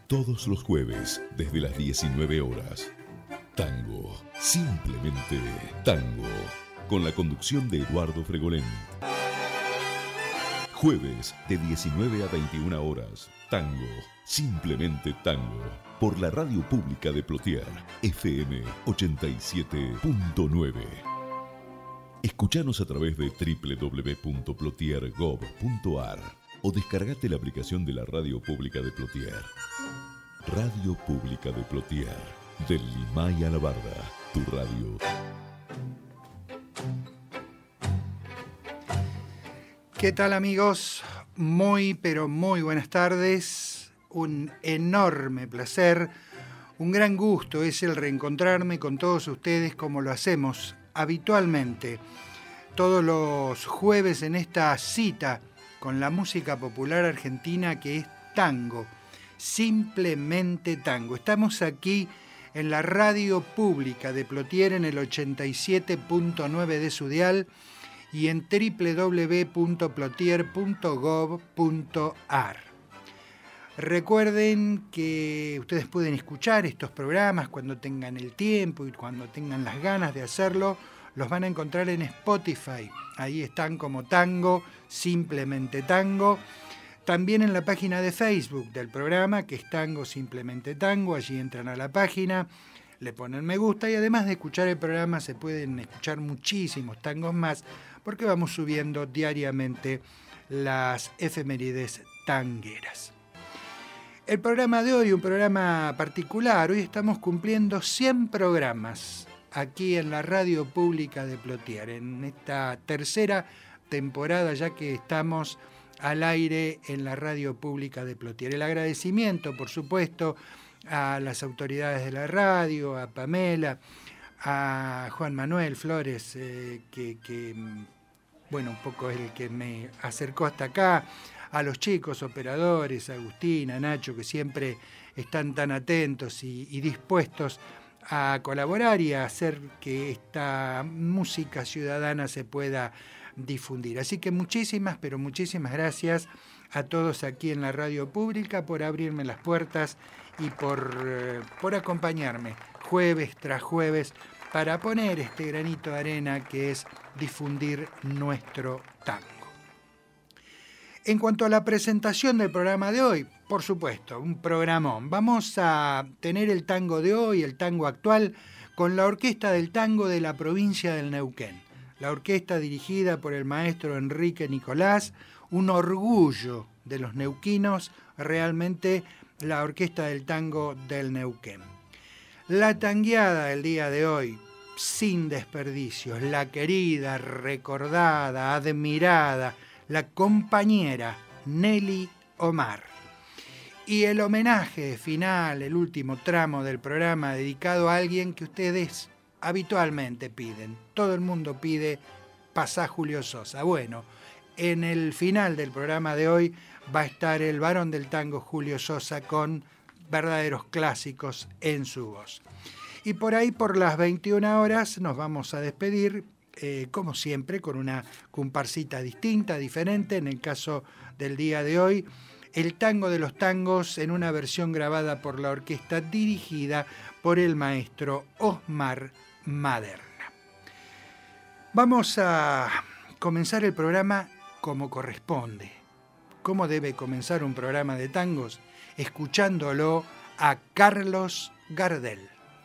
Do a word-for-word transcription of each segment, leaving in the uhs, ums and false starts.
Todos los jueves, desde las diecinueve horas. Tango, simplemente tango. Con la conducción de Eduardo Fregolén. Jueves, de diecinueve a veintiuna horas. Tango, simplemente tango. Por la radio pública de Plotier, F M ochenta y siete punto nueve. Escuchanos a través de doble u doble u doble u punto plotier punto gov punto ar o descargate la aplicación de la radio pública de Plotier. Radio Pública de Plotier, del Limay a la Barda, tu radio. ¿Qué tal, amigos? Muy, pero muy buenas tardes. Un enorme placer, un gran gusto es el reencontrarme con todos ustedes como lo hacemos habitualmente todos los jueves en esta cita con la música popular argentina que es tango. Simplemente tango. Estamos aquí en la radio pública de Plotier en el ochenta y siete punto nueve de su dial y en doble u doble u doble u punto plotier punto gov punto ar. Recuerden que ustedes pueden escuchar estos programas cuando tengan el tiempo y cuando tengan las ganas de hacerlo. Los van a encontrar en Spotify. Ahí están como Tango, Simplemente Tango. También en la página de Facebook del programa, que es Tango Simplemente Tango. Allí entran a la página, le ponen me gusta y además de escuchar el programa se pueden escuchar muchísimos tangos más porque vamos subiendo diariamente las efemérides tangueras. El programa de hoy, un programa particular. Hoy estamos cumpliendo cien programas aquí en la radio pública de Plotier, en esta tercera temporada ya que estamos al aire en la radio pública de Plotier. El agradecimiento, por supuesto, a las autoridades de la radio, a Pamela, a Juan Manuel Flores, eh, que, que, bueno, un poco es el que me acercó hasta acá, a los chicos operadores, a Agustín, a Nacho, que siempre están tan atentos y, y dispuestos a colaborar y a hacer que esta música ciudadana se pueda difundir. Así que muchísimas, pero muchísimas gracias a todos aquí en la radio pública por abrirme las puertas y por, eh, por acompañarme jueves tras jueves para poner este granito de arena que es difundir nuestro tango. En cuanto a la presentación del programa de hoy, por supuesto, un programón. Vamos a tener el tango de hoy, el tango actual, con la Orquesta del Tango de la provincia del Neuquén. La orquesta dirigida por el maestro Enrique Nicolás, un orgullo de los neuquinos, realmente la Orquesta del Tango del Neuquén. La tangueada del día de hoy, sin desperdicios, la querida, recordada, admirada, la compañera Nelly Omar. Y el homenaje final, el último tramo del programa dedicado a alguien que ustedes habitualmente piden. Todo el mundo pide pasá Julio Sosa. Bueno, en el final del programa de hoy va a estar el varón del tango Julio Sosa con verdaderos clásicos en su voz. Y por ahí, por las veintiuna horas, nos vamos a despedir, eh, como siempre, con una comparsita distinta, diferente. En el caso del día de hoy, el tango de los tangos en una versión grabada por la orquesta dirigida por el maestro Osmar Maderna. Vamos a comenzar el programa como corresponde. ¿Cómo debe comenzar un programa de tangos? Escuchándolo a Carlos Gardel.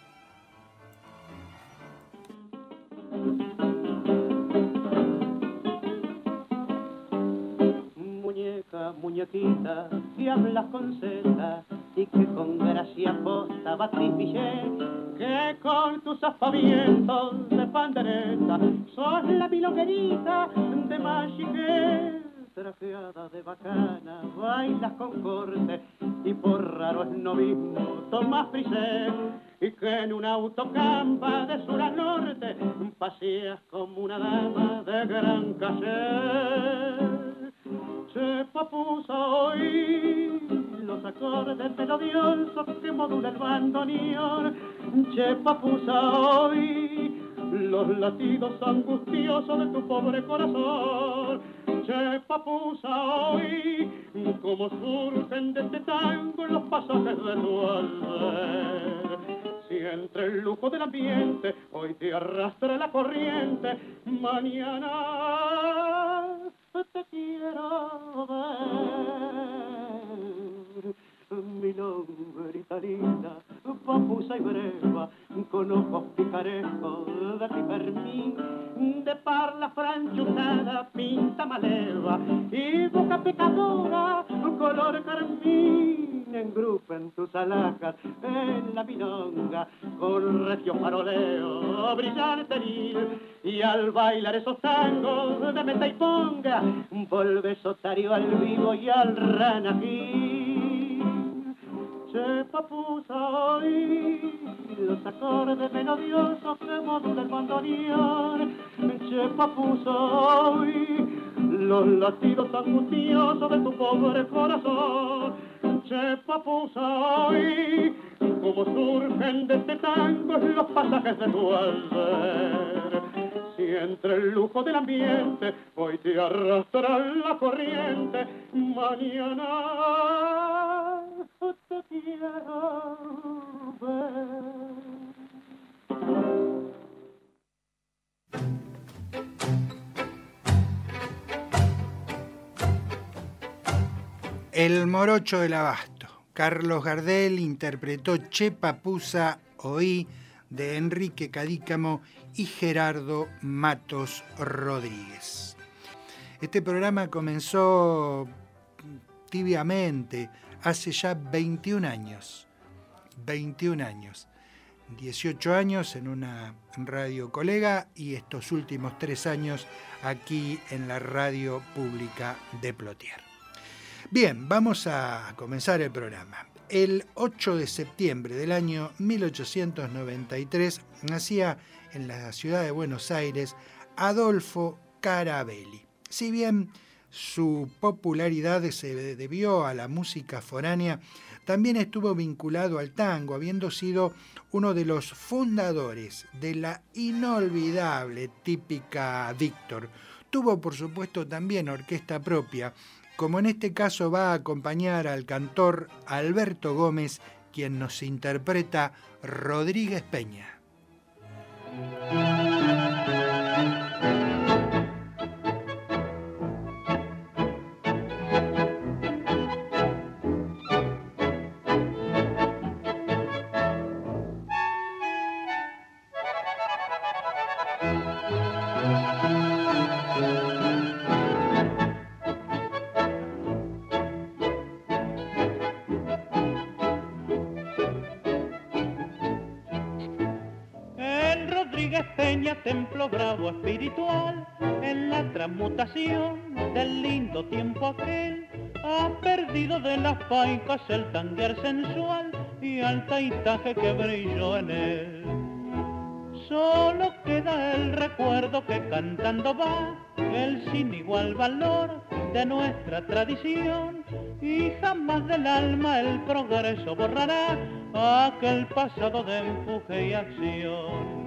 Muñeca, muñequita, que hablas con seta y que con gracia posta batís billete, que con tus aspavientos de pandereta sos la milonguerita de Machiqué. Trajeada de bacana, bailas con corte y por raro esnovismo tomas frisé, y que en un autocampa de sur a norte paseas como una dama de gran caché. Che papusa hoy los acordes melodiosos que modula el bandoneón. Che papusa hoy los latidos angustiosos de tu pobre corazón. Che papusa hoy como surgen de este tango los pasajes de tu alber. Si entre el lujo del ambiente hoy te arrastra la corriente, mañana te quiero ver. Milonguerita linda, papusa y breva, con ojos picarescos de pipermín, de parla franchuzada, pinta maleva y boca pecadora, color carmín, engrupen tus alhajas en la milonga con recio faroleo brillanteril, y al bailar esos tangos de meta y ponga volves otario al vivo y al ranají. Che papusa, oí los acordes melodiosos que modula el bandoneón. Che papusa, oí los latidos angustiosos de tu pobre corazón. Che papusa, oí como surgen de este tango los pasajes de tu alber. Si entre el lujo del ambiente hoy te arrastra la corriente, mañana te quiero ver. El morocho del abasto. Carlos Gardel interpretó Che papusa, oí, de Enrique Cadícamo y Gerardo Matos Rodríguez. Este programa comenzó tibiamente hace ya veintiún años. veintiún años. dieciocho años en una radio colega y estos últimos tres años aquí en la radio pública de Plotier. Bien, vamos a comenzar el programa. El ocho de septiembre del año mil ochocientos noventa y tres nacía en la ciudad de Buenos Aires Adolfo Carabelli. Si bien su popularidad se debió a la música foránea, también estuvo vinculado al tango, habiendo sido uno de los fundadores de la inolvidable típica Víctor. Tuvo, por supuesto, también orquesta propia, como en este caso va a acompañar al cantor Alberto Gómez, quien nos interpreta Rodríguez Peña. Templo bravo espiritual, en la transmutación del lindo tiempo aquel, ha perdido de las paicas el tanguer sensual y al taitaje que brilló en él. Solo queda el recuerdo que cantando va el sin igual valor de nuestra tradición, y jamás del alma el progreso borrará aquel pasado de empuje y acción.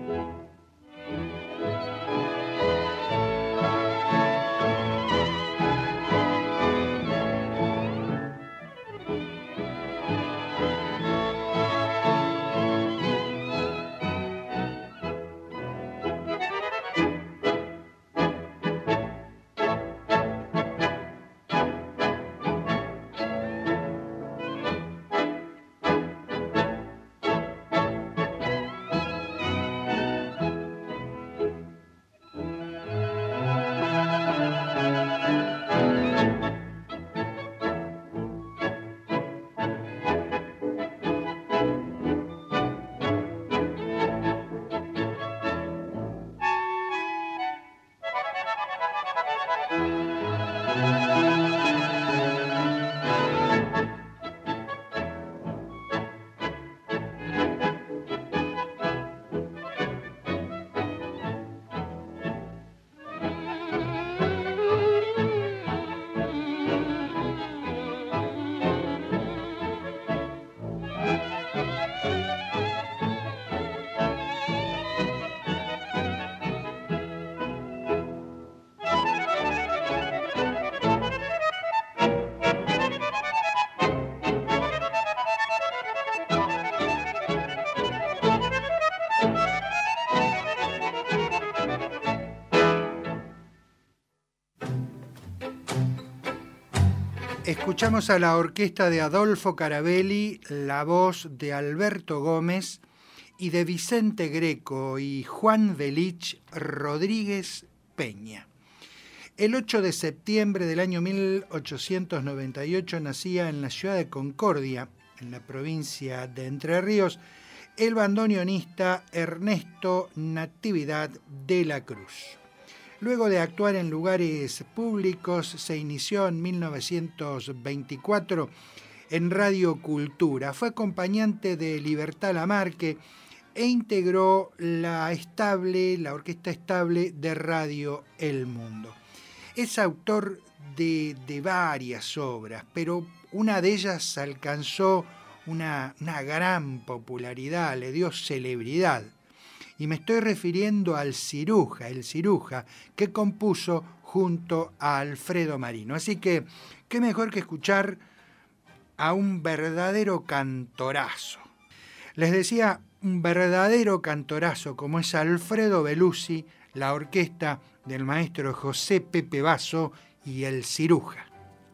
Escuchamos a la orquesta de Adolfo Carabelli, la voz de Alberto Gómez y de Vicente Greco y Juan Delich Rodríguez Peña. El ocho de septiembre del año mil ochocientos noventa y ocho nacía en la ciudad de Concordia, en la provincia de Entre Ríos, el bandoneonista Ernesto Natividad de la Cruz. Luego de actuar en lugares públicos, se inició en mil novecientos veinticuatro en Radio Cultura. Fue acompañante de Libertad Lamarque e integró la estable, la orquesta estable de Radio El Mundo. Es autor de, de varias obras, pero una de ellas alcanzó una, una gran popularidad, le dio celebridad. Y me estoy refiriendo al Ciruja, el Ciruja, que compuso junto a Alfredo Marino. Así que, qué mejor que escuchar a un verdadero cantorazo. Les decía, un verdadero cantorazo como es Alfredo Belusi, la orquesta del maestro José Pepe Basso y el Ciruja.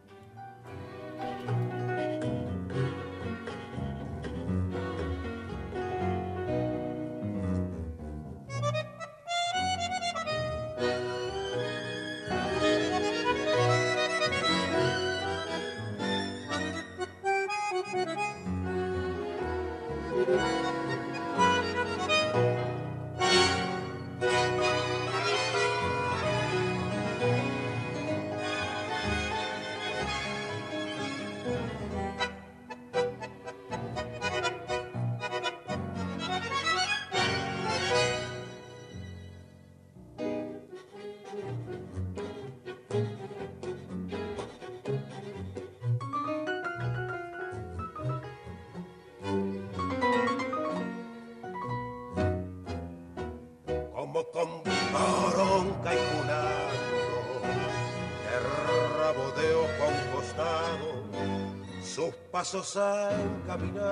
Pasos han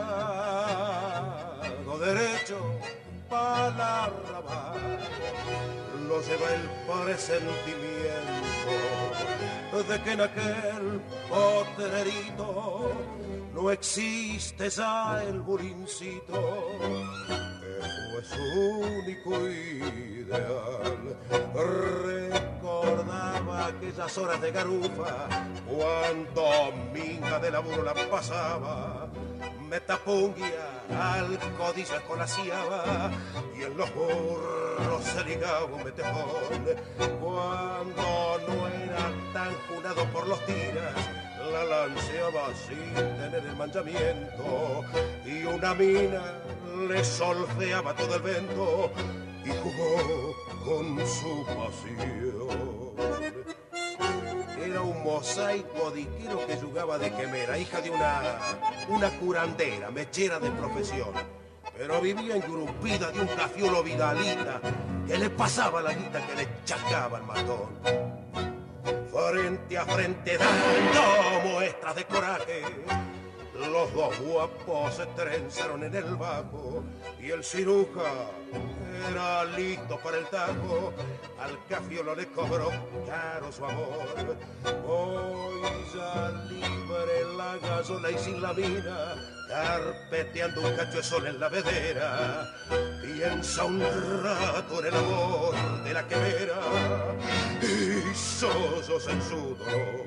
caminado derecho para la arrabal, lo lleva el presentimiento de que en aquel potrerito no existe ya el burincito que fue su único ideal. Recordaba aquellas horas de garufa cuando minga de laburo la pasaba, me tapunguía al codillo escolaciaba y en los burros se ligaba un metejón. Cuando no era tan junado por los tiras, la lanceaba sin tener el manchamiento y una mina le solfeaba todo el vento y jugó con su pasión. Era un mosaico diquero que jugaba de quemera, hija de una, una curandera, mechera de profesión. Pero vivía engurupida de un cafiolo vidalita que le pasaba la guita que le chacaba el matón. Frente a frente dando muestras de coraje, los dos guapos se trenzaron en el bajo y el ciruja era listo para el tajo. Al cafiolo le cobró caro su amor. Hoy ya libre la gasola y sin la mina, carpeteando un cacho de sol en la vedera, piensa un rato en el amor de la quemera y sosos en su dolor.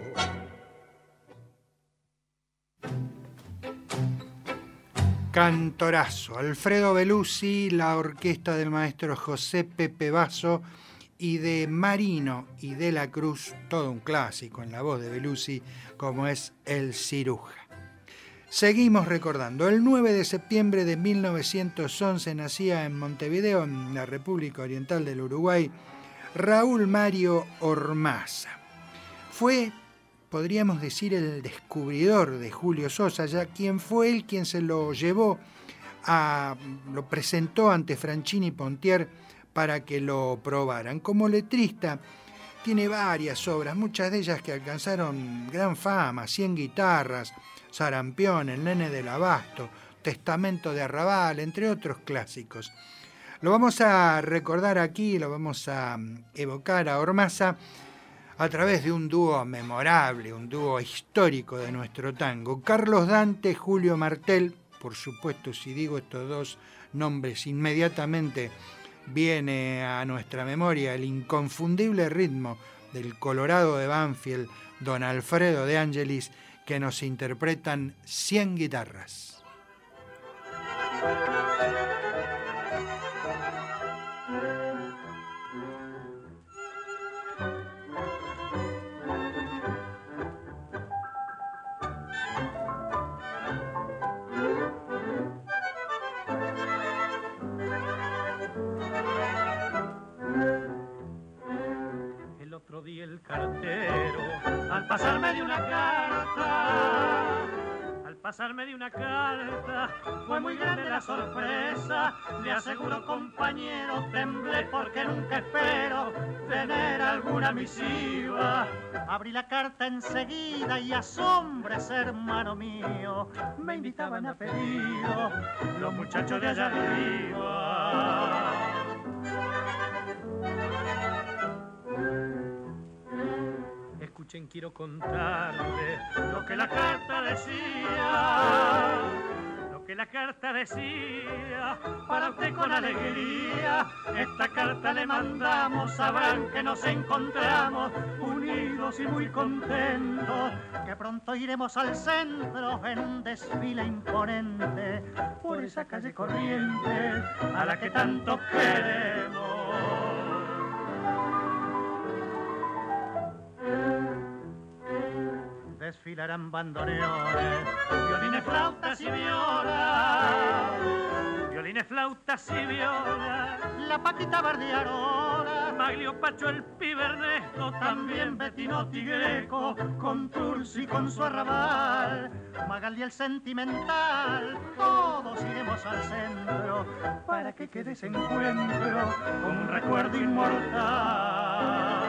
Cantorazo, Alfredo Belusi, la orquesta del maestro José Pepe Basso y de Marino y de la Cruz, todo un clásico en la voz de Belusi, como es el Ciruja. Seguimos recordando, el nueve de septiembre de mil novecientos once nacía en Montevideo, en la República Oriental del Uruguay, Raúl Mario Ormaza. Fue, podríamos decir, el descubridor de Julio Sosa, ya quien fue él quien se lo llevó a, lo presentó ante Franchini Pontier para que lo probaran. Como letrista tiene varias obras, muchas de ellas que alcanzaron gran fama: Cien guitarras, Sarampión, El nene del abasto, Testamento de Arrabal, entre otros clásicos. Lo vamos a recordar aquí, lo vamos a evocar a Ormaza a través de un dúo memorable, un dúo histórico de nuestro tango. Carlos Dante, Julio Martel, por supuesto, si digo estos dos nombres, inmediatamente viene a nuestra memoria el inconfundible ritmo del Colorado de Banfield, don Alfredo de Angelis, que nos interpretan cien guitarras. Y el cartero, al pasarme de una carta, al pasarme de una carta, fue muy grande la sorpresa. Le aseguro, compañero, temblé porque nunca espero tener alguna misiva. Abrí la carta enseguida y asombres, hermano mío, me invitaban a pedido los muchachos de allá arriba. Escuchen, quiero contarle lo que la carta decía, lo que la carta decía, para usted con alegría. Esta carta le mandamos, sabrán que nos encontramos unidos y muy contentos, que pronto iremos al centro en un desfile imponente, por esa calle corriente a la que tanto queremos. Desfilarán bandoneones, violines, flautas y violas, violines, flautas y violas, la Paquita Bardiarona, Maglio, Pacho, el Pibe Ernesto, también Bettino Tigreco, con Tursi, con su arrabal, Magaldi el sentimental, todos iremos al centro, para que quede ese encuentro con un recuerdo inmortal.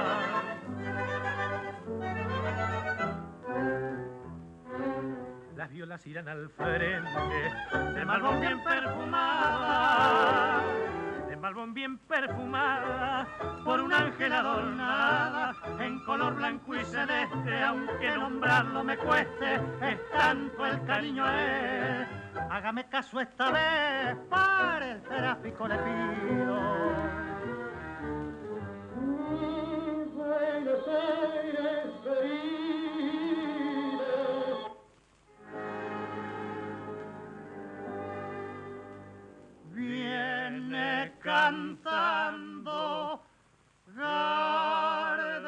Las violas irán al frente, de Malbón bien perfumada, de Malbón bien perfumada, por un ángel adornada, en color blanco y celeste, aunque nombrarlo me cueste, es tanto el cariño a él. Hágame caso esta vez, para el tráfico le pido. Buenos Aires, viene cantando Gardel.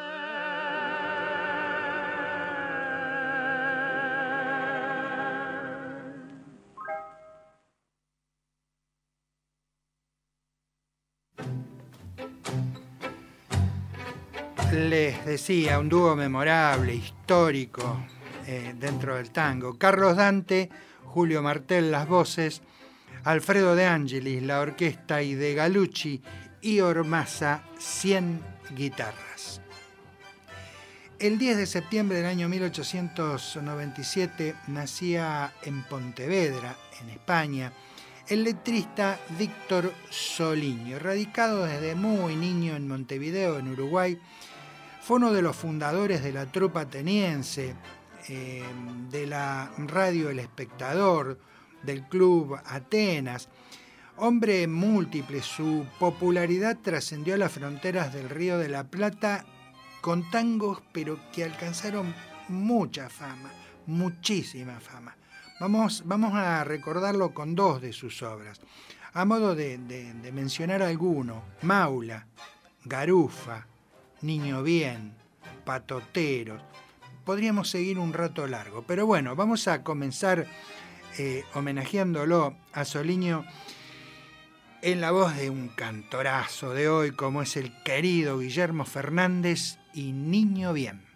Les decía, un dúo memorable, histórico, eh, dentro del tango. Carlos Dante, Julio Martel, las voces, Alfredo de Angelis, la orquesta, y de Galucci y Ormaza, cien guitarras. El diez de septiembre del año mil ochocientos noventa y siete nacía en Pontevedra, en España, el letrista Víctor Soliño. Radicado desde muy niño en Montevideo, en Uruguay, fue uno de los fundadores de la trupa ateniense, eh, de la radio El Espectador, del Club Atenas. Hombre múltiple, su popularidad trascendió las fronteras del Río de la Plata con tangos, pero que alcanzaron mucha fama, muchísima fama. Vamos, vamos a recordarlo con dos de sus obras. A modo de, de, de mencionar alguno: Maula, Garufa, Niño Bien, Patoteros. Podríamos seguir un rato largo, pero bueno, vamos a comenzar Eh, homenajeándolo a Soliño en la voz de un cantorazo de hoy, como es el querido Guillermo Fernández y Niño Bien.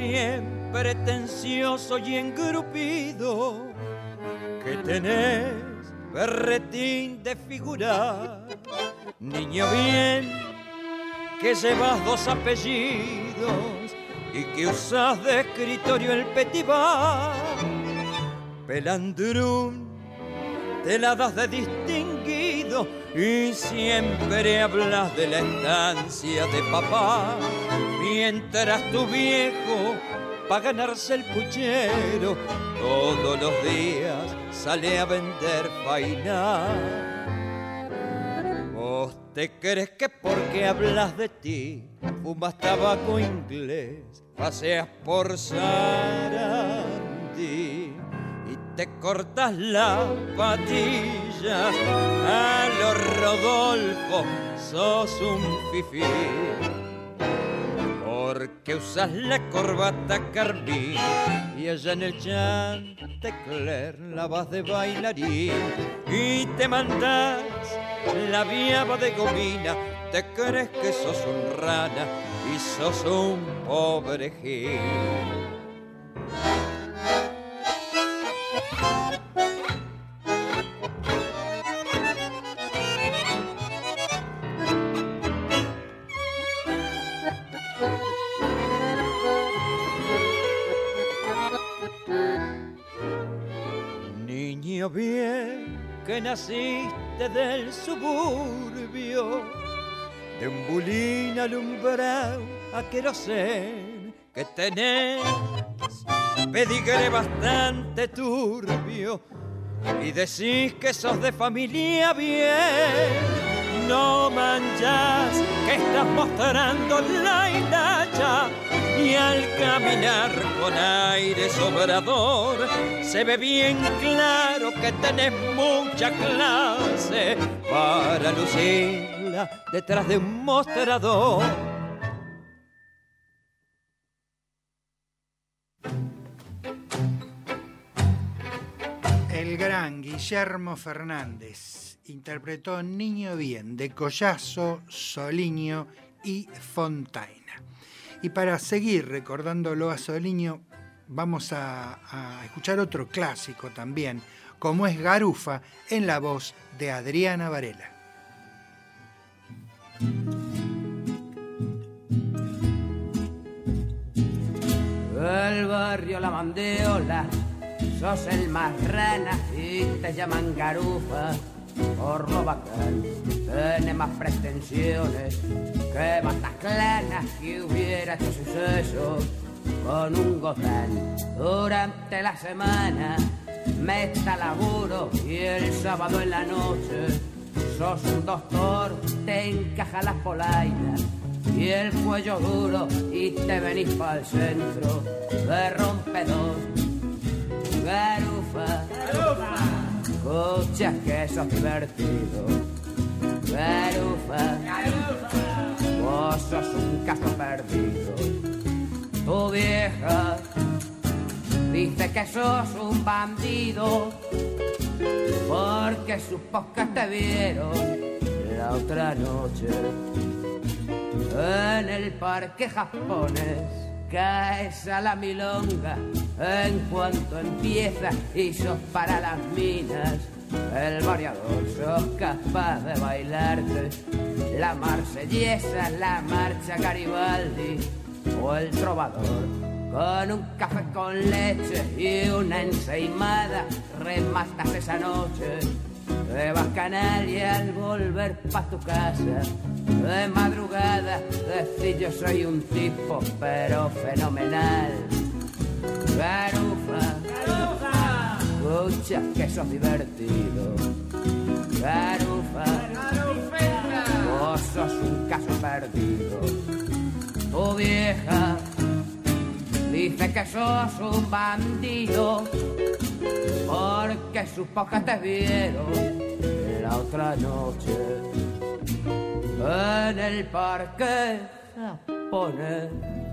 bien pretencioso y engrupido, que tenés berretín de figura, niño bien que llevas dos apellidos y que usas de escritorio el petibar, pelandrún te la das de distinguido y siempre hablas de la estancia de papá, mientras tu viejo, pa' ganarse el puchero, todos los días sale a vender fainá. Vos te crees que porque hablas de ti, fumas tabaco inglés, paseas por Sarandí y te cortas las patillas a los Rodolfo, sos un fifí. Porque usas la corbata carmín y allá en el Chantecler la vas de bailarín y te mandás la viaba de gomina, te crees que sos un rana y sos un pobre gil. Niño bien que naciste del suburbio, de un bulín alumbrado a querosén, que tenés pedigre bastante turbio y decís que sos de familia bien. No manchás que estás mostrando la hilacha y al caminar con aire sobrador se ve bien claro que tenés mucha clase para lucirla detrás de un mostrador. El gran Guillermo Fernández interpretó Niño Bien de Collazo, Soliño y Fontaina. Y para seguir recordándolo a Soliño, vamos a, a escuchar otro clásico también, como es Garufa, en la voz de Adriana Varela. El barrio La Mandeola, sos el más rana y te llaman Garufa por lo bacán. Tenés más pretensiones que matas clanas que hubiera hecho suceso con un gotán. Durante la semana meta laburo y el sábado en la noche sos un doctor, te encaja las polainas y el cuello duro y te venís pa'l centro de rompedor. Garufa, Garufa, escucha que sos divertido. Garufa, Garufa, vos sos un caso perdido. Tu vieja dice que sos un bandido porque sus pocas te vieron la otra noche en el parque japonés. Caes a la milonga en cuanto empieza y sos para las minas el variador, sos capaz de bailarte la marsellesa, la marcha Garibaldi o el trovador. Con un café con leche y una ensaimada rematas esa noche. Te vas canal y al volver pa' tu casa de madrugada decís yo soy un tipo pero fenomenal. Garufa, Garufa, escucha que sos divertido. Garufa, Garufeta, vos sos un caso perdido. Tu vieja dice que sos un bandido porque sus pocas te vieron la otra noche en el parque japonés.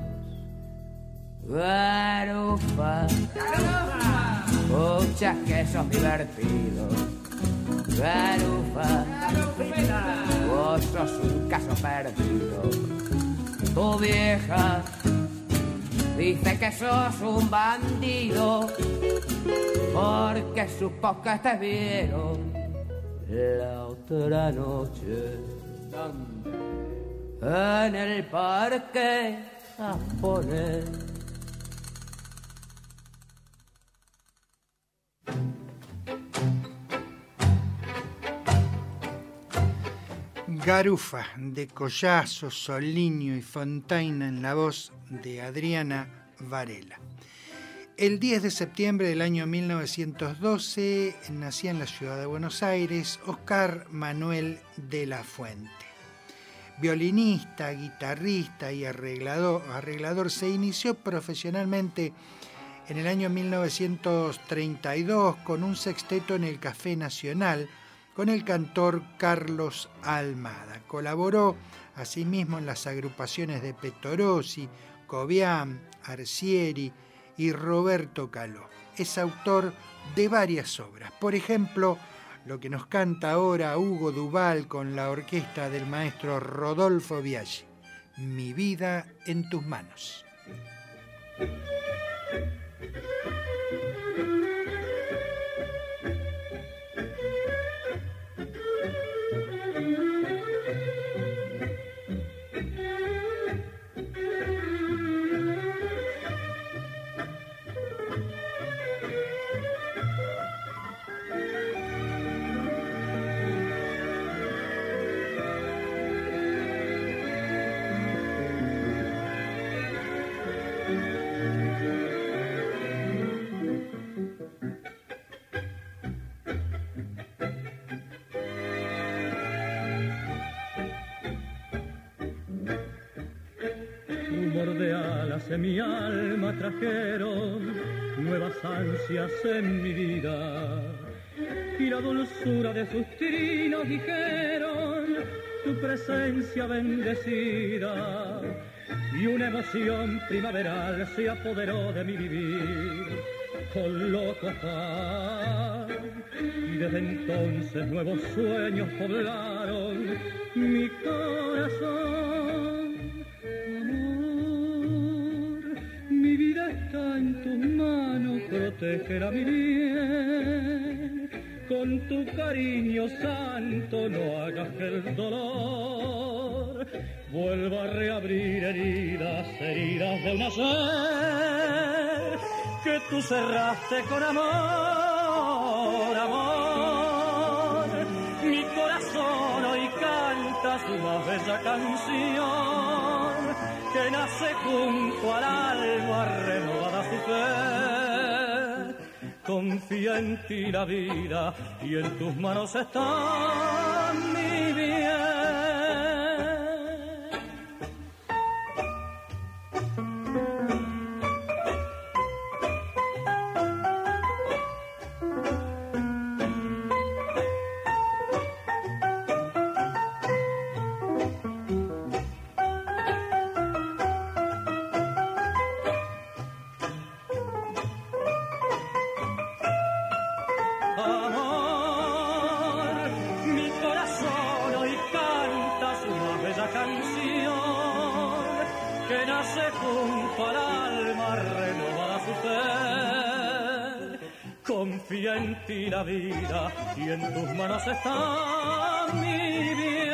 Garufa, Garufa, escucha que sos divertido. Garufa, Garufeta, vos sos un caso perdido. Tu vieja dice que sos un bandido, porque supo que te vieron la otra noche. ¿Dónde? En el parque japonés. Garufa, de Collazo, Soliño y Fontaina, en la voz de Adriana Varela. El diez de septiembre del año mil novecientos doce nacía en la ciudad de Buenos Aires Oscar Manuel de la Fuente. Violinista, guitarrista y arreglador, arreglador, se inició profesionalmente en el año mil novecientos treinta y dos con un sexteto en el Café Nacional con el cantor Carlos Almada. Colaboró asimismo en las agrupaciones de Pettorossi, Cobian, Arcieri y Roberto Caló. Es autor de varias obras. Por ejemplo, lo que nos canta ahora Hugo Duval con la orquesta del maestro Rodolfo Biaggi, Mi vida en tus manos. De mi alma trajeron nuevas ansias en mi vida y la dulzura de sus trinos dijeron tu presencia bendecida y una emoción primaveral se apoderó de mi vivir con loco afán y desde entonces nuevos sueños poblaron mi corazón. En tus manos protegerá mi bien, con tu cariño santo no hagas que el dolor vuelva a reabrir heridas, heridas de un nacer que tú cerraste con amor, amor. Mi corazón hoy canta su más bella canción, que nace junto al alma renovada su fe. Confía en ti la vida y en tus manos está mi bien. Confía en ti la vida y en tus manos está mi bien.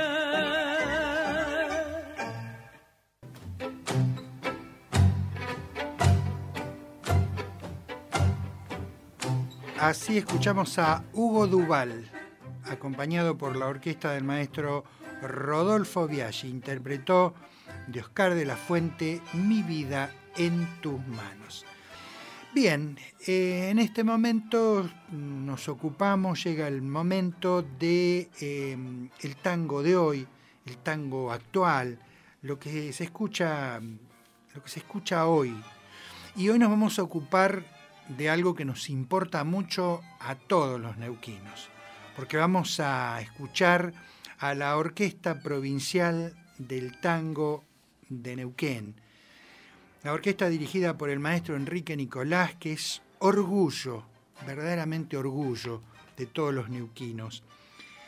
Así escuchamos a Hugo Duval, acompañado por la orquesta del maestro Rodolfo Biaggi. Interpretó de Oscar de la Fuente, Mi vida en tus manos. Bien, eh, en este momento nos ocupamos, llega el momento de eh, el tango de hoy, el tango actual, lo que se escucha, lo que se escucha hoy. Y hoy nos vamos a ocupar de algo que nos importa mucho a todos los neuquinos, porque vamos a escuchar a la Orquesta Provincial del Tango de Neuquén. La orquesta dirigida por el maestro Enrique Nicolás, que es orgullo, verdaderamente orgullo de todos los neuquinos.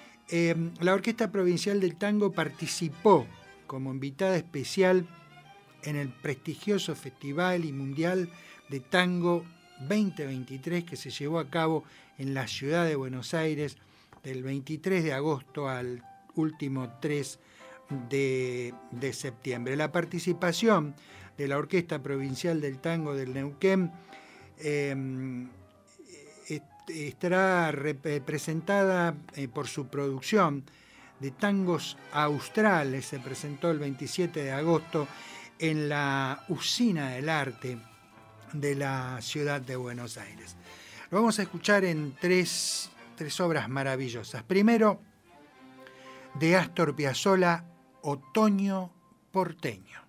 Eh, la Orquesta Provincial del Tango participó como invitada especial en el prestigioso Festival y Mundial de Tango veinte veintitrés que se llevó a cabo en la ciudad de Buenos Aires del veintitrés de agosto al último tres de, de septiembre. La participación de la Orquesta Provincial del Tango del Neuquén eh, estará representada eh, por su producción de tangos australes. Se presentó el veintisiete de agosto en la Usina del Arte de la ciudad de Buenos Aires. Lo vamos a escuchar en tres, tres obras maravillosas. Primero, de Astor Piazzolla, Otoño porteño.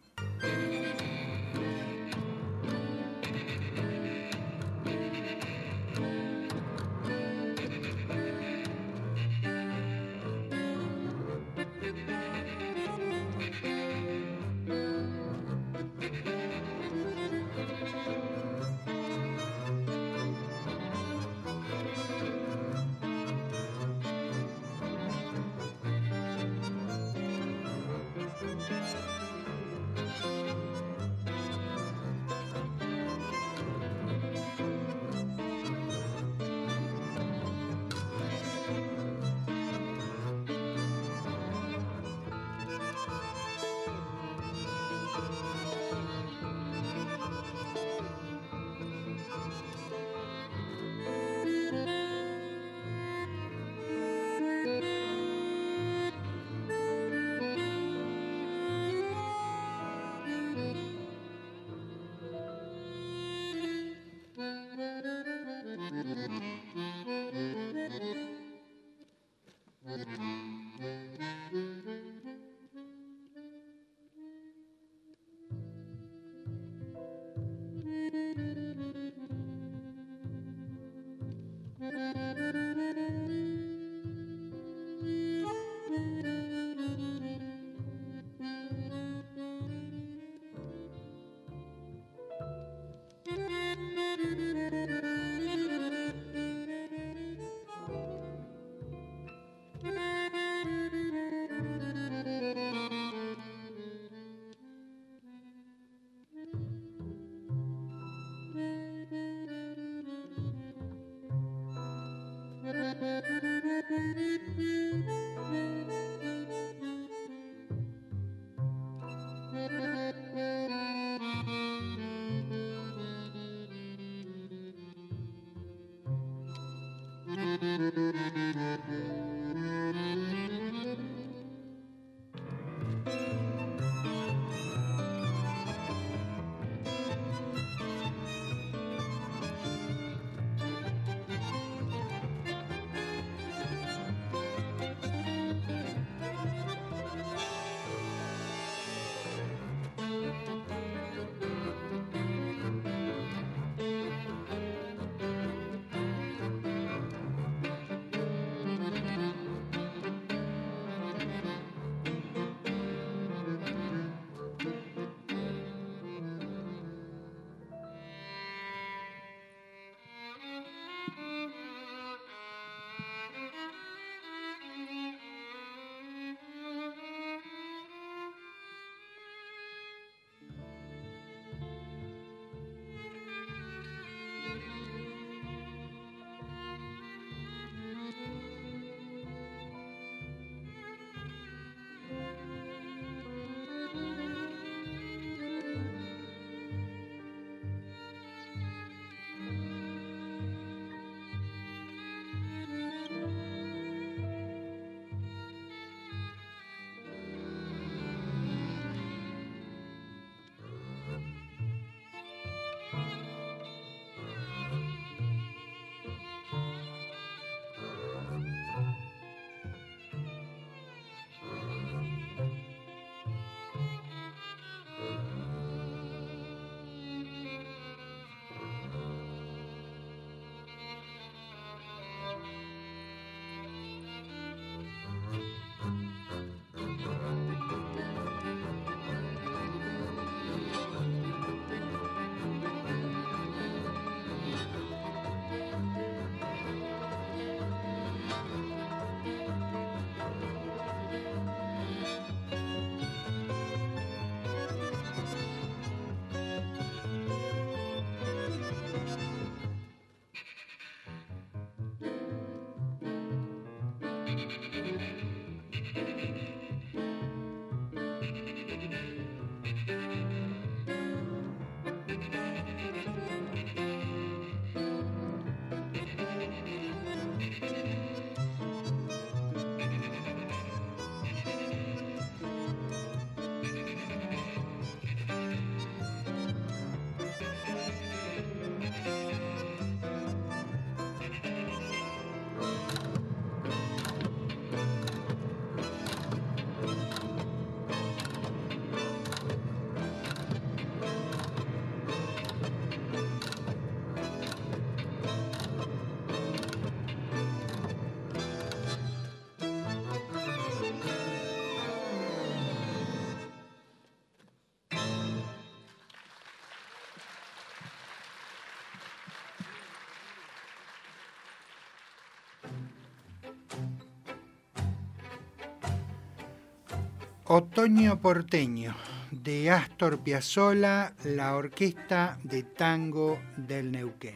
Otoño porteño, de Astor Piazzolla, la Orquesta de Tango del Neuquén.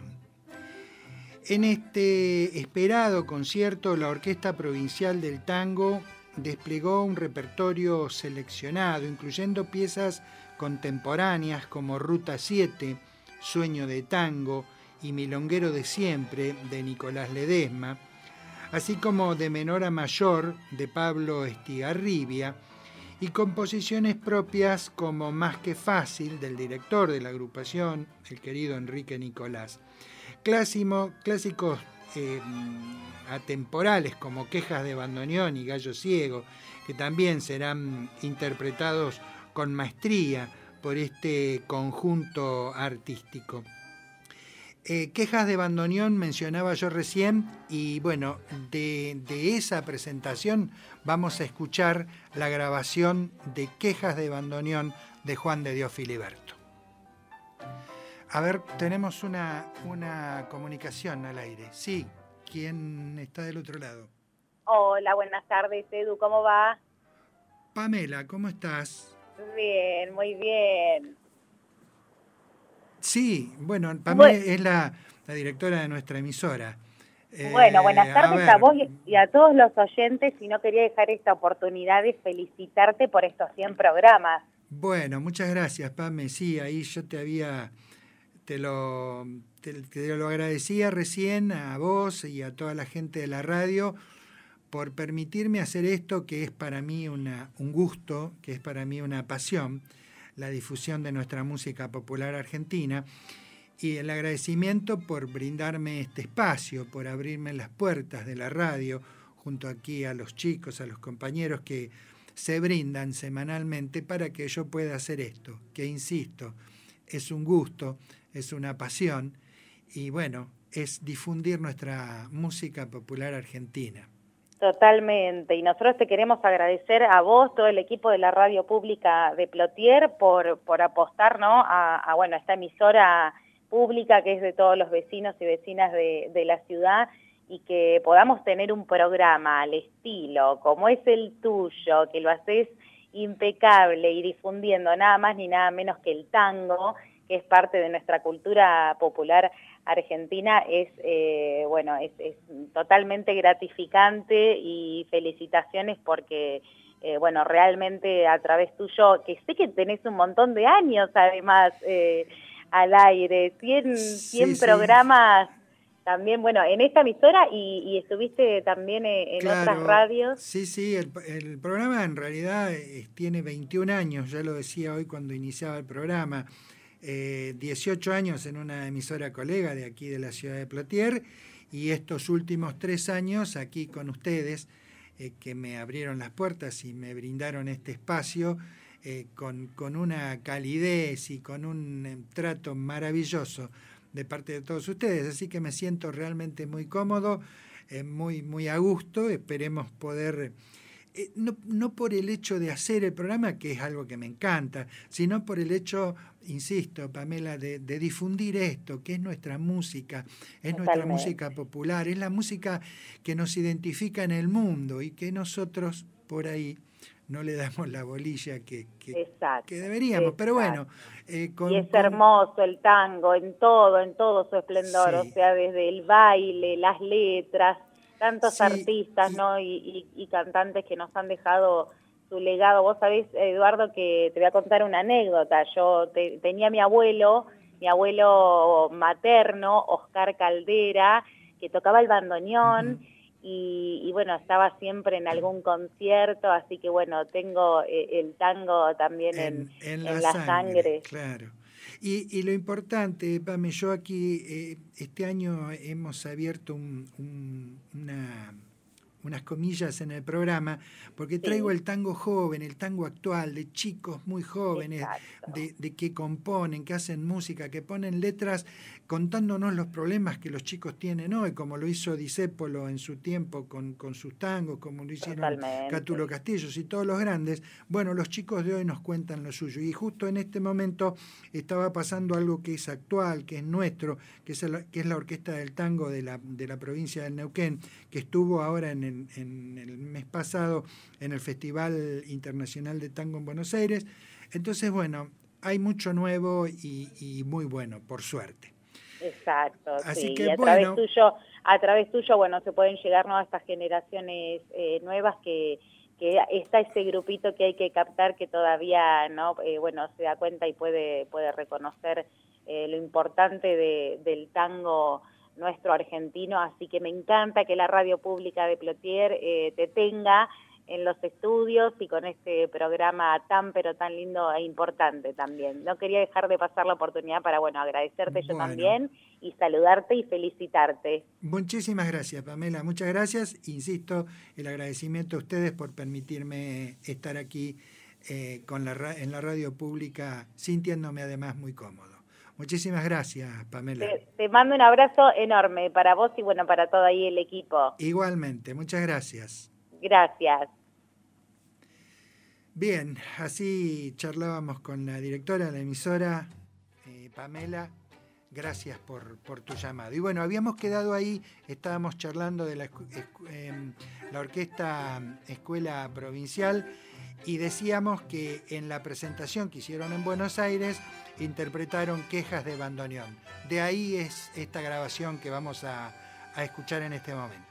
En este esperado concierto, la Orquesta Provincial del Tango desplegó un repertorio seleccionado, incluyendo piezas contemporáneas como Ruta siete, Sueño de Tango y Milonguero de Siempre, de Nicolás Ledesma, así como de menor a mayor, de Pablo Estigarribia, y composiciones propias como Más que Fácil, del director de la agrupación, el querido Enrique Nicolás. Clásimo, clásicos eh, atemporales como Quejas de Bandoneón y Gallo Ciego, que también serán interpretados con maestría por este conjunto artístico. Eh, Quejas de Bandoneón mencionaba yo recién, y bueno, de, de esa presentación vamos a escuchar la grabación de Quejas de Bandoneón de Juan de Dios Filiberto. A ver, tenemos una, una comunicación al aire. Sí, ¿quién está del otro lado? Hola, buenas tardes, Edu, ¿cómo va? Pamela, ¿cómo estás? Bien, muy bien. Sí, bueno, Pamela Bueno. es la, la directora de nuestra emisora. Bueno, buenas Eh, tardes a a, ver, vos y a todos los oyentes, y no quería dejar esta oportunidad de felicitarte por estos cien programas. Bueno, muchas gracias, Pame. Sí, ahí yo te había, te lo, te, te lo agradecía recién a vos y a toda la gente de la radio por permitirme hacer esto, que es para mí una, un gusto, que es para mí una pasión, la difusión de nuestra música popular argentina, y el agradecimiento por brindarme este espacio, por abrirme las puertas de la radio, junto aquí a los chicos, a los compañeros que se brindan semanalmente para que yo pueda hacer esto, que insisto, es un gusto, es una pasión, y bueno, es difundir nuestra música popular argentina. Totalmente, y nosotros te queremos agradecer a vos, todo el equipo de la radio pública de Plotier, por, por apostar, ¿no?, a, a bueno, esta emisora pública que es de todos los vecinos y vecinas de, de la ciudad, y que podamos tener un programa al estilo, como es el tuyo, que lo haces impecable y difundiendo nada más ni nada menos que el tango, que es parte de nuestra cultura popular argentina, es eh, bueno, es, es totalmente gratificante, y felicitaciones porque eh, bueno, realmente a través tuyo, que sé que tenés un montón de años además eh, al aire, cien, cien sí, programas sí. También, bueno, en esta emisora, y, y estuviste también en Claro, otras radios. Sí, sí, el, el programa en realidad es, tiene veintiún años, ya lo decía hoy cuando iniciaba el programa. Eh, dieciocho años en una emisora colega de aquí de la ciudad de Plotier, y estos últimos tres años aquí con ustedes, eh, que me abrieron las puertas y me brindaron este espacio eh, con, con una calidez y con un eh, trato maravilloso de parte de todos ustedes, así que me siento realmente muy cómodo, eh, muy, muy a gusto. Esperemos poder... Eh, no, no por el hecho de hacer el programa, que es algo que me encanta, sino por el hecho, insisto, Pamela, de, de difundir esto, que es nuestra música, es nuestra Totalmente. música popular, es la música que nos identifica en el mundo y que nosotros por ahí no le damos la bolilla que, que, Exacto, que deberíamos. exacto. Pero bueno, eh, con, y es con... hermoso el tango en todo, en todo su esplendor, Sí. o sea, desde el baile, las letras, tantos Sí, artistas, y- ¿no? Y, y- y cantantes que nos han dejado su legado. Vos sabés, Eduardo, que te voy a contar una anécdota. Yo te- tenía a mi abuelo, mi abuelo materno, Oscar Caldera, que tocaba el bandoneón. Ujú. Y, y bueno, estaba siempre en algún concierto, así que bueno, tengo eh, el tango también en, En, en en la la sangre, sangre. claro. Y, y lo importante, Pame, yo aquí eh, este año hemos abierto un- un- una, unas comillas en el programa, porque traigo Sí. el tango joven, el tango actual, de chicos muy jóvenes, Exacto. de, de que componen, que hacen música, que ponen letras contándonos los problemas que los chicos tienen hoy, como lo hizo Discépolo en su tiempo con, con sus tangos, como lo hicieron Totalmente. Cátulo Castillos y todos los grandes. Bueno, los chicos de hoy nos cuentan lo suyo. Y justo en este momento estaba pasando algo que es actual, que es nuestro, que es, el- que es la Orquesta del Tango de la, de la provincia del Neuquén, que estuvo ahora en el, en el mes pasado en el Festival Internacional de Tango en Buenos Aires. Entonces, bueno, hay mucho nuevo y, y muy bueno, por suerte. Exacto, Así sí. que, Y a bueno. través tuyo, a través tuyo, bueno, se pueden llegar, ¿no?, a estas generaciones eh, nuevas que, que está ese grupito que hay que captar que todavía, ¿no?, eh, bueno, se da cuenta y puede, puede reconocer eh, lo importante de, del tango nuestro argentino. Así que me encanta que la radio pública de Plotier eh, te tenga en los estudios y con este programa tan pero tan lindo e importante también. No quería dejar de pasar la oportunidad para, bueno, agradecerte yo Bueno. también y saludarte y felicitarte. Muchísimas gracias, Pamela. Muchas gracias. Insisto, el agradecimiento a ustedes por permitirme estar aquí eh, con la, ra- en la radio pública, sintiéndome además muy cómodo. Muchísimas gracias, Pamela. Te, te mando un abrazo enorme para vos y, bueno, para todo ahí el equipo. Igualmente, muchas gracias. Gracias. Bien, así charlábamos con la directora de la emisora, eh, Pamela. Gracias por, por tu llamado. Y bueno, habíamos quedado ahí, estábamos charlando de la, escu- escu- em, la Orquesta Escuela Provincial y decíamos que en la presentación que hicieron en Buenos Aires interpretaron Quejas de Bandoneón. De ahí es esta grabación que vamos a, a escuchar en este momento.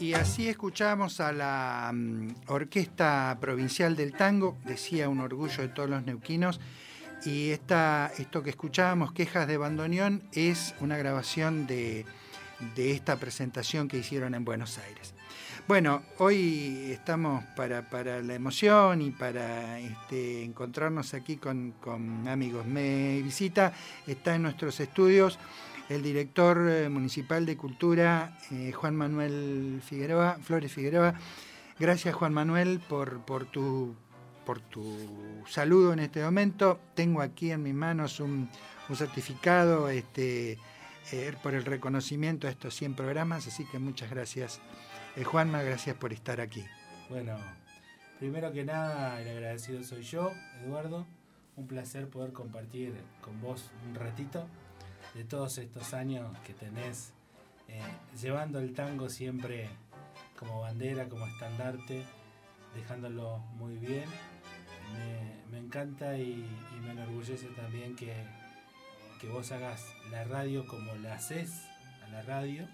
Y así escuchamos a la um, Orquesta Provincial del Tango, decía, un orgullo de todos los neuquinos. Y esta, esto que escuchábamos, Quejas de Bandoneón, es una grabación de, de esta presentación que hicieron en Buenos Aires. Bueno, hoy estamos para, para la emoción y para este, encontrarnos aquí con, con amigos. Me visita, está en nuestros estudios el director municipal de Cultura, eh, Juan Manuel Figueroa, Flores Figueroa. Gracias, Juan Manuel, por, por, tu, por tu saludo en este momento. Tengo aquí en mis manos un, un certificado este, eh, por el reconocimiento a estos cien programas, así que muchas gracias. Eh, Juanma, gracias por estar aquí. Bueno, primero que nada, el agradecido soy yo, Eduardo. Un placer poder compartir con vos un ratito de todos estos años que tenés, eh, llevando el tango siempre como bandera, como estandarte, dejándolo muy bien. Me, me encanta y, y me enorgullece también que, que vos hagas la radio como la haces a la radio.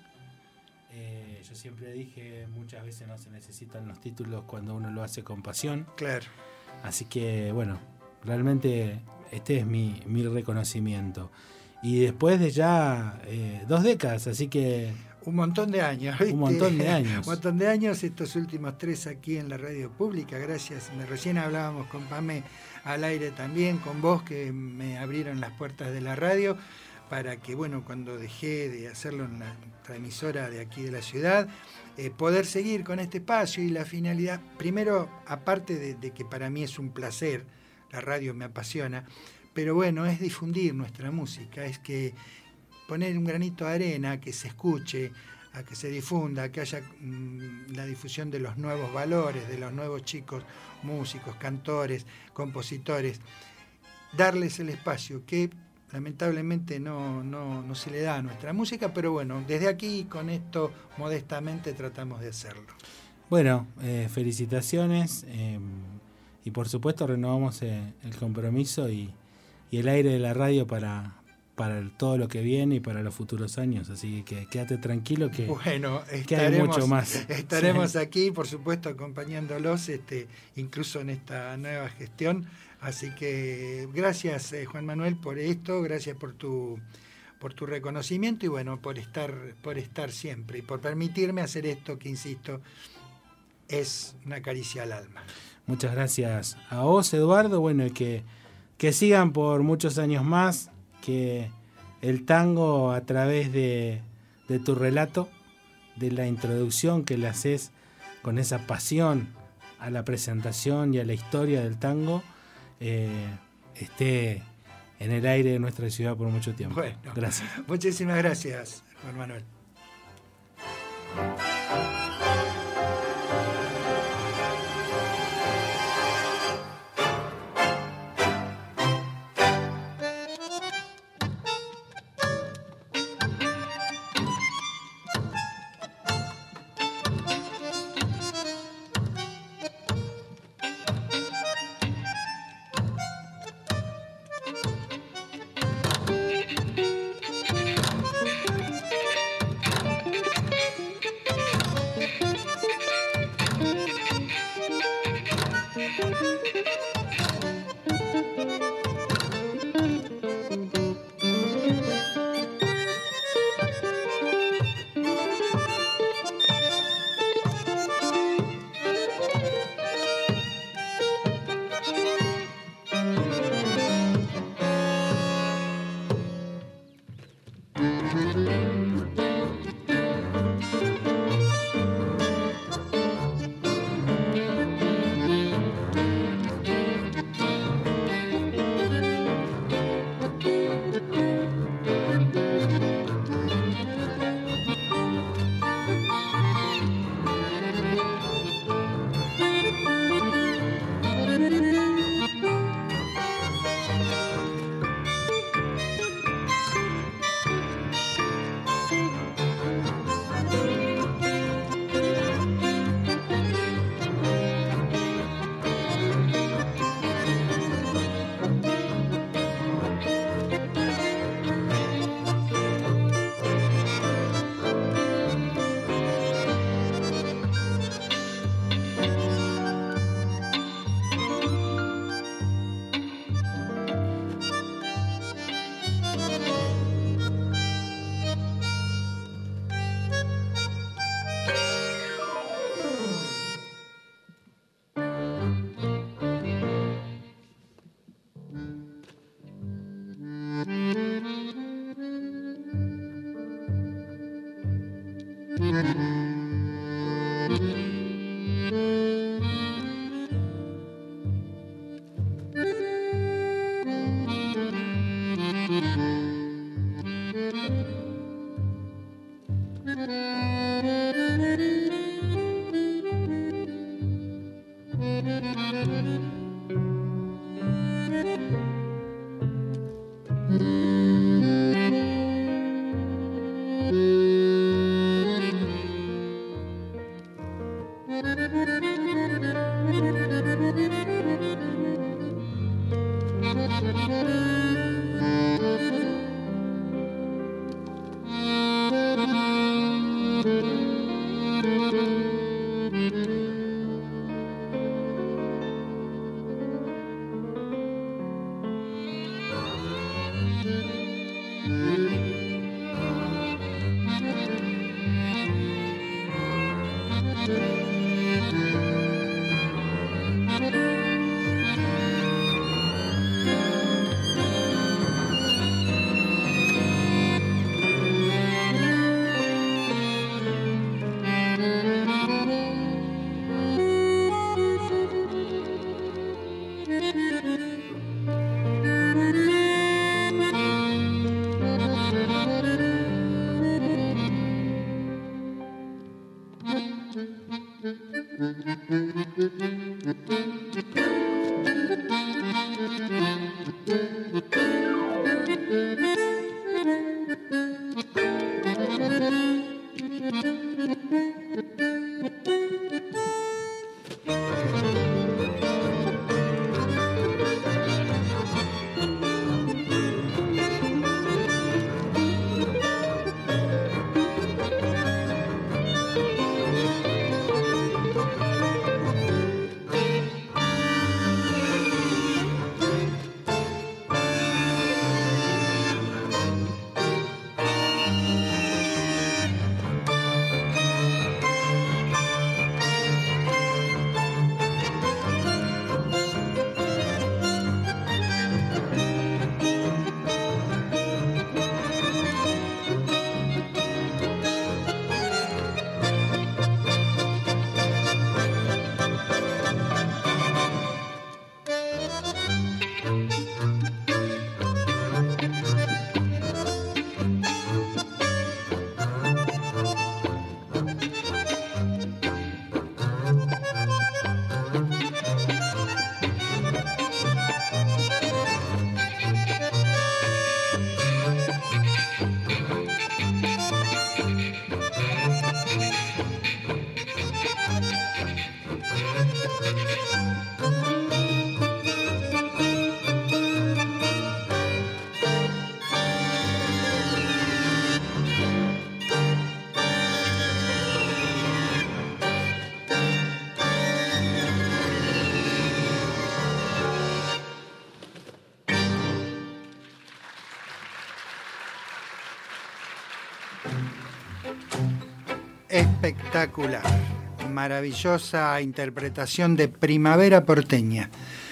Eh, yo siempre dije, muchas veces no se necesitan los títulos cuando uno lo hace con pasión. Claro. Así que, bueno, realmente este es mi, mi reconocimiento. Y después de ya eh, dos décadas, así que... Un montón de años, ¿viste? Un montón de años. Un montón de años, estos últimos tres aquí en la radio pública, gracias. Me, recién hablábamos con Pame al aire también, con vos, que me abrieron las puertas de la radio, para que, bueno, cuando dejé de hacerlo en la, la emisora de aquí de la ciudad, eh, poder seguir con este espacio y la finalidad, primero, aparte de, de que para mí es un placer, la radio me apasiona, pero bueno, es difundir nuestra música, es que poner un granito de arena, que se escuche, a que se difunda, que haya mmm, la difusión de los nuevos valores, de los nuevos chicos, músicos, cantores, compositores, darles el espacio que lamentablemente no, no, no se le da a nuestra música, pero bueno, desde aquí con esto modestamente tratamos de hacerlo. Bueno, eh, felicitaciones eh, y por supuesto renovamos eh, el compromiso y y el aire de la radio para, para todo lo que viene y para los futuros años, así que quédate tranquilo que, bueno, que hay mucho más. Estaremos sí. aquí, por supuesto, acompañándolos, este, incluso en esta nueva gestión, así que gracias, eh, Juan Manuel, por esto, gracias por tu por tu reconocimiento y bueno, por estar, por estar siempre y por permitirme hacer esto que, insisto, es una caricia al alma. Muchas gracias a vos, Eduardo, bueno, y que Que sigan por muchos años más, que el tango a través de, de tu relato, de la introducción que le haces con esa pasión a la presentación y a la historia del tango, eh, esté en el aire de nuestra ciudad por mucho tiempo. Bueno, gracias. Muchísimas gracias, Juan Manuel. Espectacular, maravillosa interpretación de Primavera porteña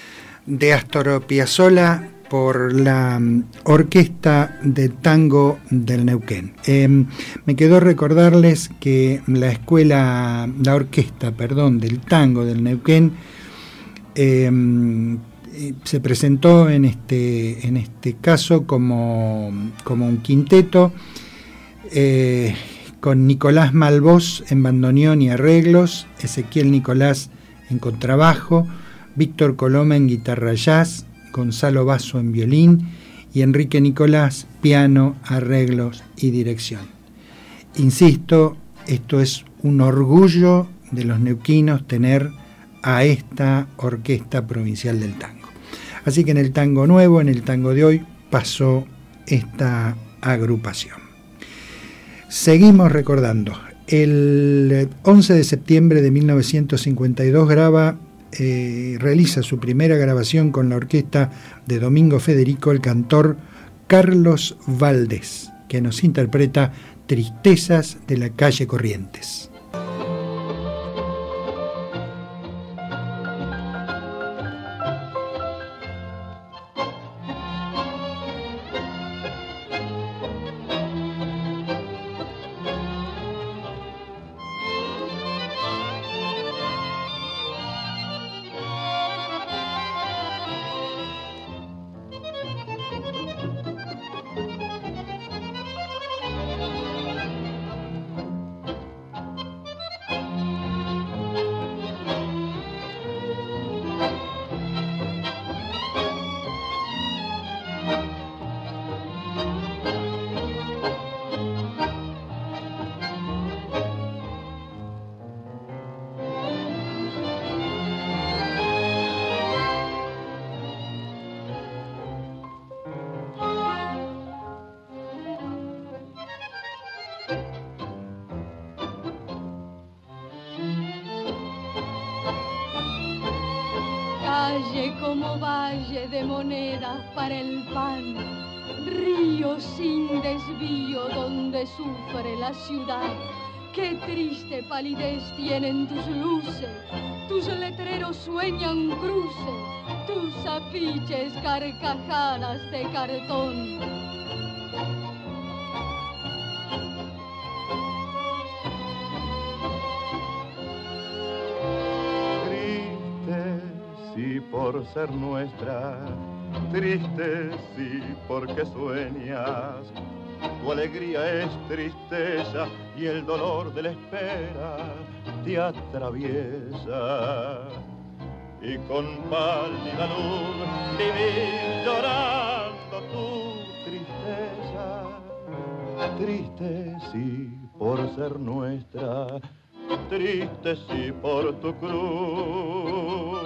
de Astor Piazzolla por la Orquesta de Tango del Neuquén. Eh, me quedó recordarles que la escuela, la orquesta, perdón, del Tango del Neuquén eh, se presentó en este, en este caso como, como un quinteto eh, con Nicolás Malvoz en bandoneón y arreglos, Ezequiel Nicolás en contrabajo, Víctor Coloma en guitarra jazz, Gonzalo Basso en violín y Enrique Nicolás, piano, arreglos y dirección. Insisto, esto es un orgullo de los neuquinos tener a esta Orquesta Provincial del Tango. Así que en el tango nuevo, en el tango de hoy, pasó esta agrupación. Seguimos recordando. El once de septiembre de mil novecientos cincuenta y dos graba, eh, realiza su primera grabación con la orquesta de Domingo Federico, el cantor Carlos Valdés, que nos interpreta Tristezas de la calle Corrientes. valle como valle de monedas para el pan, río sin desvío donde sufre la ciudad. Qué triste palidez tienen tus luces, tus letreros sueñan cruces, tus afiches carcajadas de cartón. Sí, por ser nuestra, triste, sí, porque sueñas. Tu alegría es tristeza y el dolor de la espera te atraviesa. Y con pálida luz vivir llorando tu tristeza. Triste, sí, por ser nuestra, triste, sí, por tu cruz.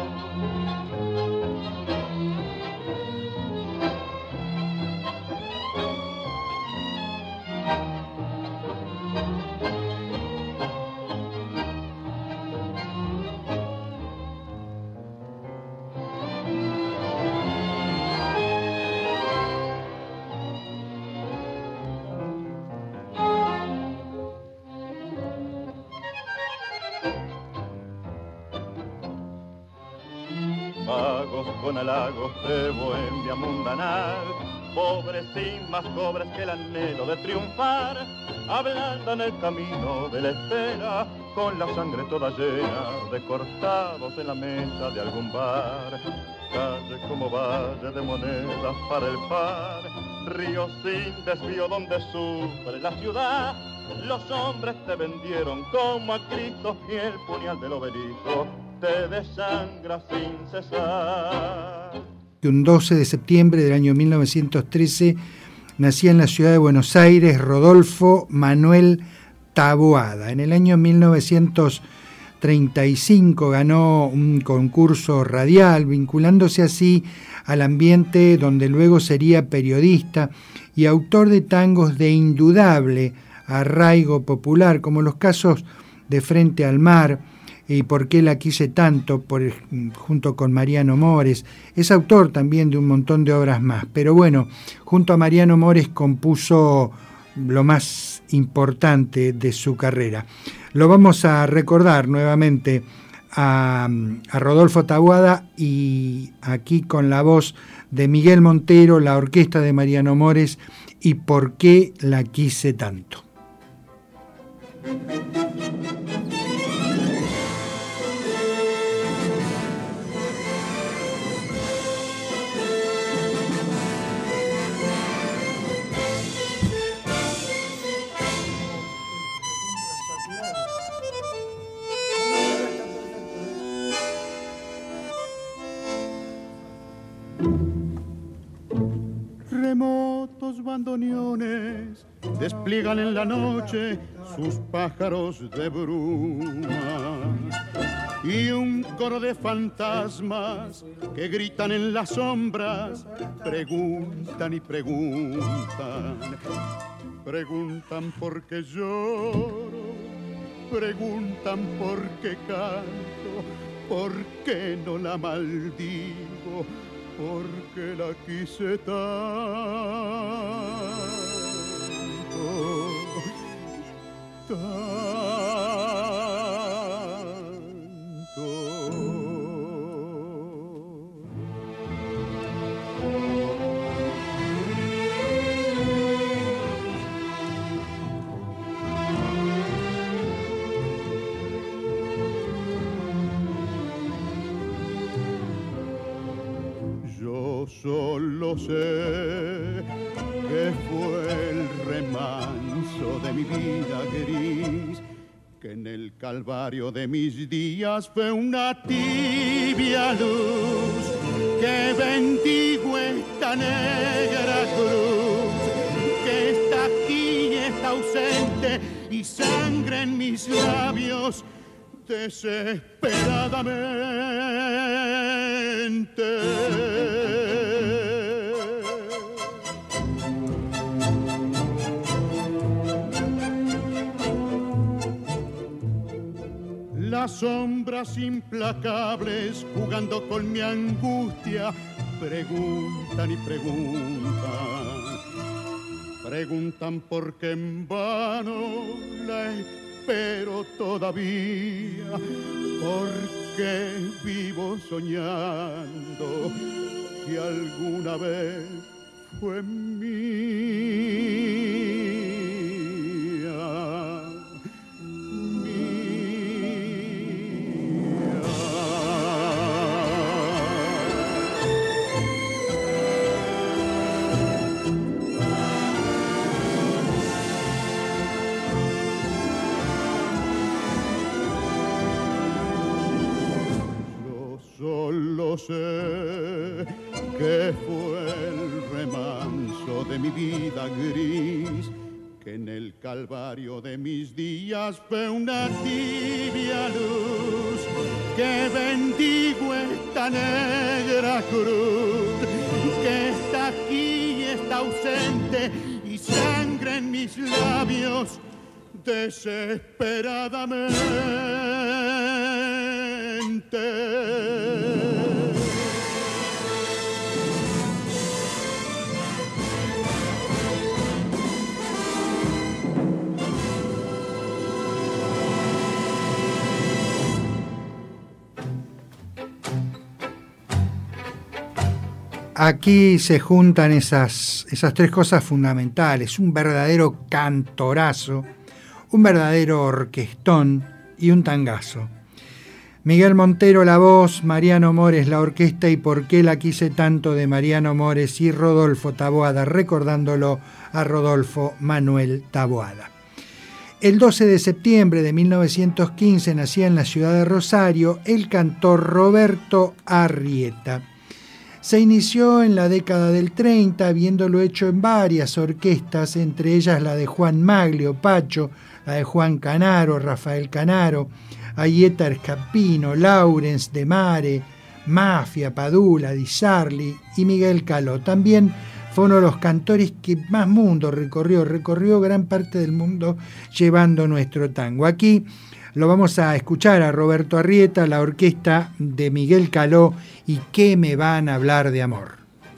Con halagos de bohemia mundanal, pobres y más pobres que el anhelo de triunfar, ablandan el camino de la espera, con la sangre toda llena de cortados en la mesa de algún bar. Calle como valle de monedas para el par, río sin desvío donde sufre la ciudad. Los hombres te vendieron como a Cristo y el puñal del obelisco te desangra sin cesar. Un doce de septiembre del año mil novecientos trece nacía en la ciudad de Buenos Aires Rodolfo Manuel Taboada. En el año mil novecientos treinta y cinco ganó un concurso radial, vinculándose así al ambiente donde luego sería periodista y autor de tangos de indudable arraigo popular, como los casos de Frente al Mar y Por qué la quise tanto, por, junto con Mariano Mores. Es autor también de un montón de obras más, pero bueno, junto a Mariano Mores compuso lo más importante de su carrera. Lo vamos a recordar nuevamente a, a Rodolfo Taboada, y aquí con la voz de Miguel Montero, la orquesta de Mariano Mores y Por qué la quise tanto. Remotos bandoneones despliegan en la noche sus pájaros de bruma, y un coro de fantasmas que gritan en las sombras preguntan y preguntan, preguntan por qué lloro, preguntan por qué canto, por qué no la maldigo, porque la quise tanto, tanto. Solo sé que fue el remanso de mi vida gris, que en el calvario de mis días fue una tibia luz, que bendigo esta negra cruz, que está aquí y está ausente, y sangre en mis labios desesperadamente. las sombras implacables, jugando con mi angustia, preguntan y preguntan. Preguntan por qué en vano la espero todavía, porque vivo soñando que alguna vez fue mía. Solo sé que fue el remanso de mi vida gris, que en el calvario de mis días fue una tibia luz, que bendigo esta negra cruz, que está aquí y está ausente, y sangre en mis labios desesperadamente. Aquí se juntan esas, esas tres cosas fundamentales, un verdadero cantorazo, un verdadero orquestón y un tangazo. Miguel Montero la voz, Mariano Mores la orquesta y Por qué la quise tanto de Mariano Mores y Rodolfo Taboada, recordándolo a Rodolfo Manuel Taboada. El doce de septiembre de mil novecientos quince nacía en la ciudad de Rosario el cantor Roberto Arrieta. Se inició en la década del treinta, habiéndolo hecho en varias orquestas, entre ellas la de Juan Maglio, Pacho, la de Juan Canaro, Rafael Canaro, Aieta Escapino, Laurens de Mare, Mafia, Padula, Di Sarli y Miguel Caló. También fue uno de los cantores que más mundo recorrió, recorrió gran parte del mundo llevando nuestro tango. Aquí lo vamos a escuchar a Roberto Arrieta, la orquesta de Miguel Caló y ¿Qué me van a hablar de amor?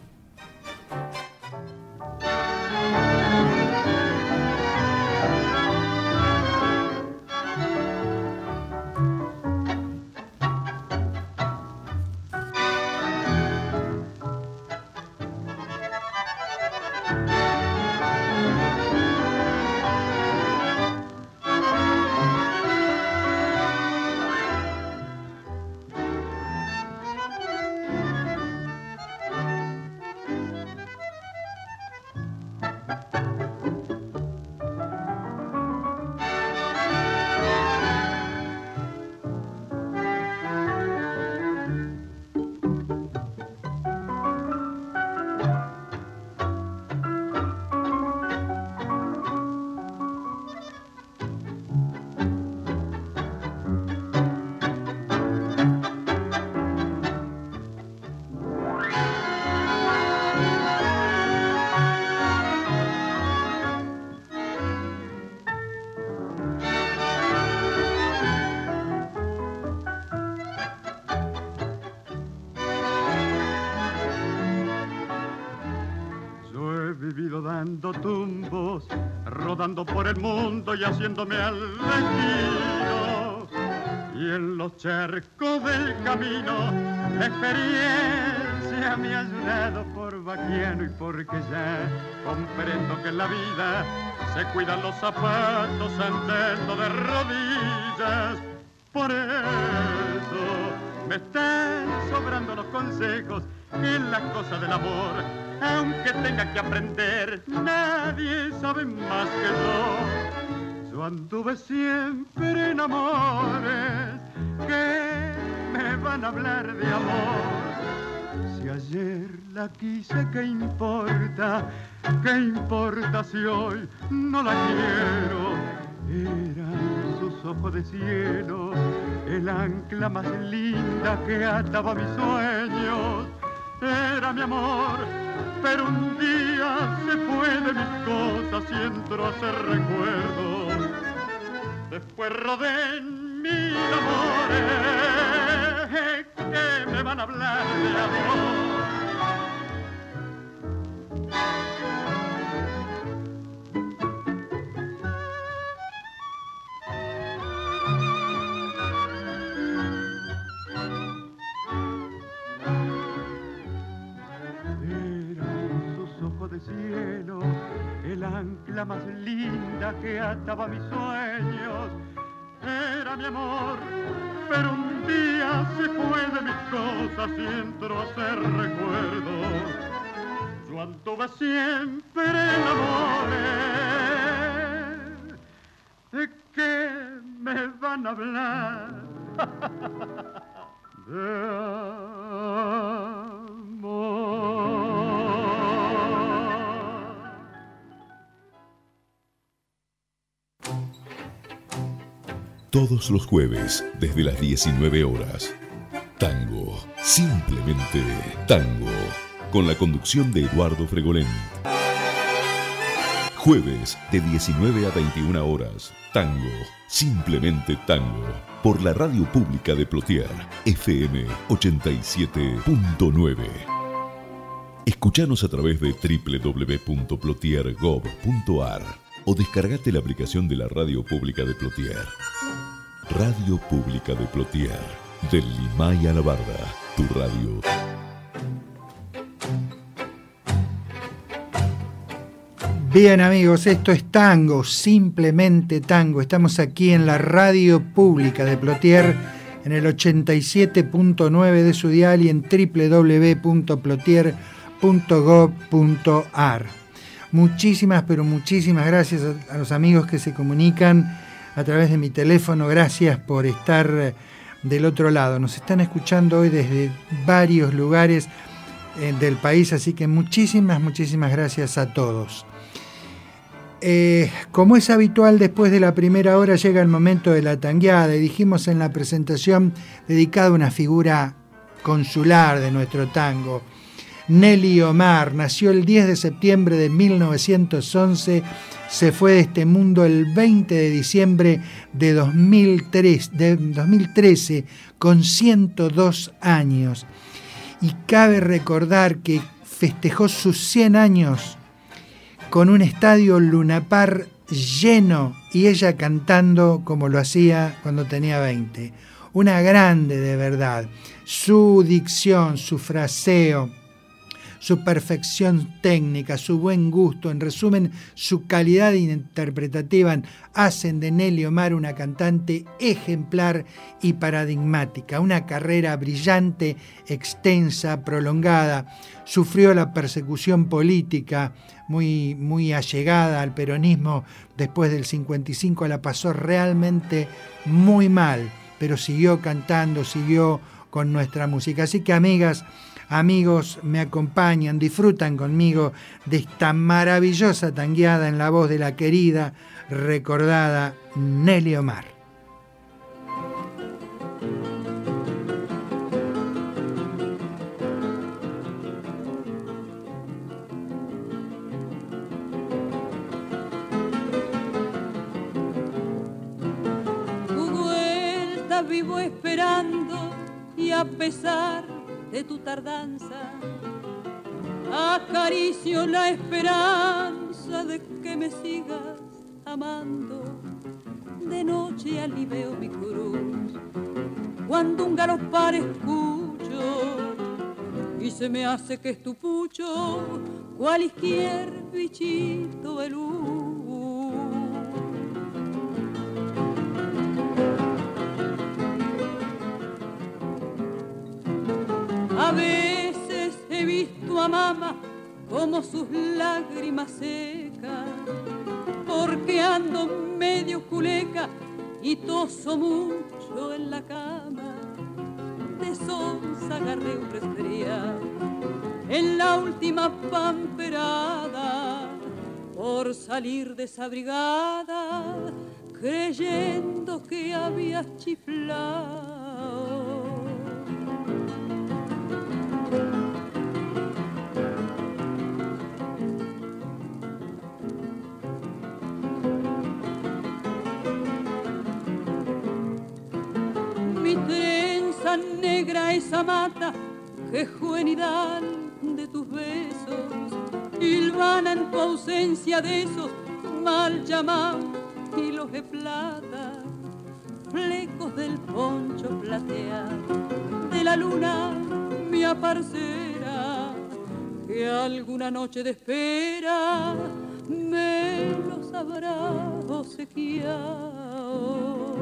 Tumbos, rodando por el mundo y haciéndome al destino. Y en los charcos del camino la experiencia me ha ayudado por vaquiano y porque ya comprendo que en la vida se cuidan los zapatos andando de rodillas. Por eso me están sobrando los consejos en las cosas del amor. Aunque tenga que aprender, nadie sabe más que yo. Yo anduve siempre en amores que me van a hablar de amor. Si ayer la quise, ¿qué importa? ¿Qué importa si hoy no la quiero? Eran sus ojos de cielo, el ancla más linda que ataba mis sueños. Era mi amor, pero un día se fue de mis cosas y entró a hacer recuerdos. Después rodé mil amores que me van a hablar de amor. Cielo, el ancla más linda que ataba mis sueños. Era mi amor, pero un día se fue de mis cosas y entró a ser recuerdo. Yo anduve siempre en amores. ¿De qué me van a hablar? De amor. Todos los jueves, desde las diecinueve horas. Tango, simplemente tango. Con la conducción de Eduardo Fregolén. Jueves, de diecinueve a veintiuna horas. Tango, simplemente tango. Por la radio pública de Plotier, F M ochenta y siete punto nueve. Escuchanos a través de doble u doble u doble u punto plotier punto gov punto ar o descargate la aplicación de la radio pública de Plotier. Radio Pública de Plotier, del Limay a la Barda, tu radio. Bien amigos, esto es tango, simplemente tango. Estamos aquí en la radio pública de Plotier, en el ochenta y siete punto nueve de su dial y en doble u doble u doble u punto plotier punto gov punto ar. Muchísimas, pero muchísimas gracias a los amigos que se comunican a través de mi teléfono. Gracias por estar del otro lado. Nos están escuchando hoy desde varios lugares eh, del país, así que muchísimas, muchísimas gracias a todos. Eh, como es habitual, después de la primera hora llega el momento de la tangueada, y dijimos en la presentación dedicada a una figura consular de nuestro tango. Nelly Omar nació el diez de septiembre de mil novecientos once, se fue de este mundo el veinte de diciembre de dos mil tres, de dos mil trece con ciento dos años. Y cabe recordar que festejó sus cien años con un estadio Luna Park lleno y ella cantando como lo hacía cuando tenía veinte. Una grande de verdad. Su dicción, su fraseo, su perfección técnica, su buen gusto, en resumen, su calidad interpretativa hacen de Nelly Omar una cantante ejemplar y paradigmática. Una carrera brillante, extensa, prolongada. Sufrió la persecución política, muy, muy allegada al peronismo. Después del cincuenta y cinco la pasó realmente muy mal, pero siguió cantando, siguió con nuestra música. Así que, amigas, amigos, me acompañan, disfrutan conmigo de esta maravillosa tangueada en la voz de la querida, recordada Nelly Omar. Tu vuelta vivo esperando y a pesar de tu tardanza, acaricio la esperanza de que me sigas amando. De noche alivio mi cruz cuando un galopar escucho y se me hace que es tu pucho cualquier bichito de luz. A veces he visto a mamá como sus lágrimas secas, porque ando medio culeca y toso mucho en la cama. De sonza agarré un resfriado en la última pamperada por salir desabrigada, creyendo que había chiflado. esa mata que juvenidad de tus besos, hilvana en tu ausencia de esos mal llamados hilos de plata, flecos del poncho plateado de la luna mi aparcera, que alguna noche de espera me los habrá obsequiado.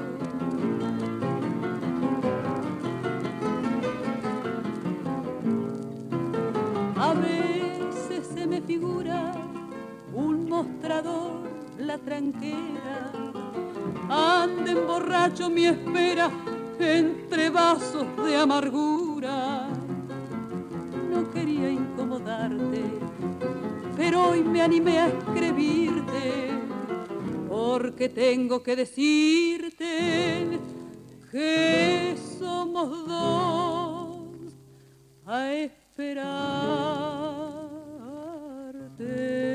A veces se me figura un mostrador, la tranquera, anda en borracho mi espera entre vasos de amargura. No quería incomodarte, pero hoy me animé a escribirte, porque tengo que decirte que somos dos a esperarte.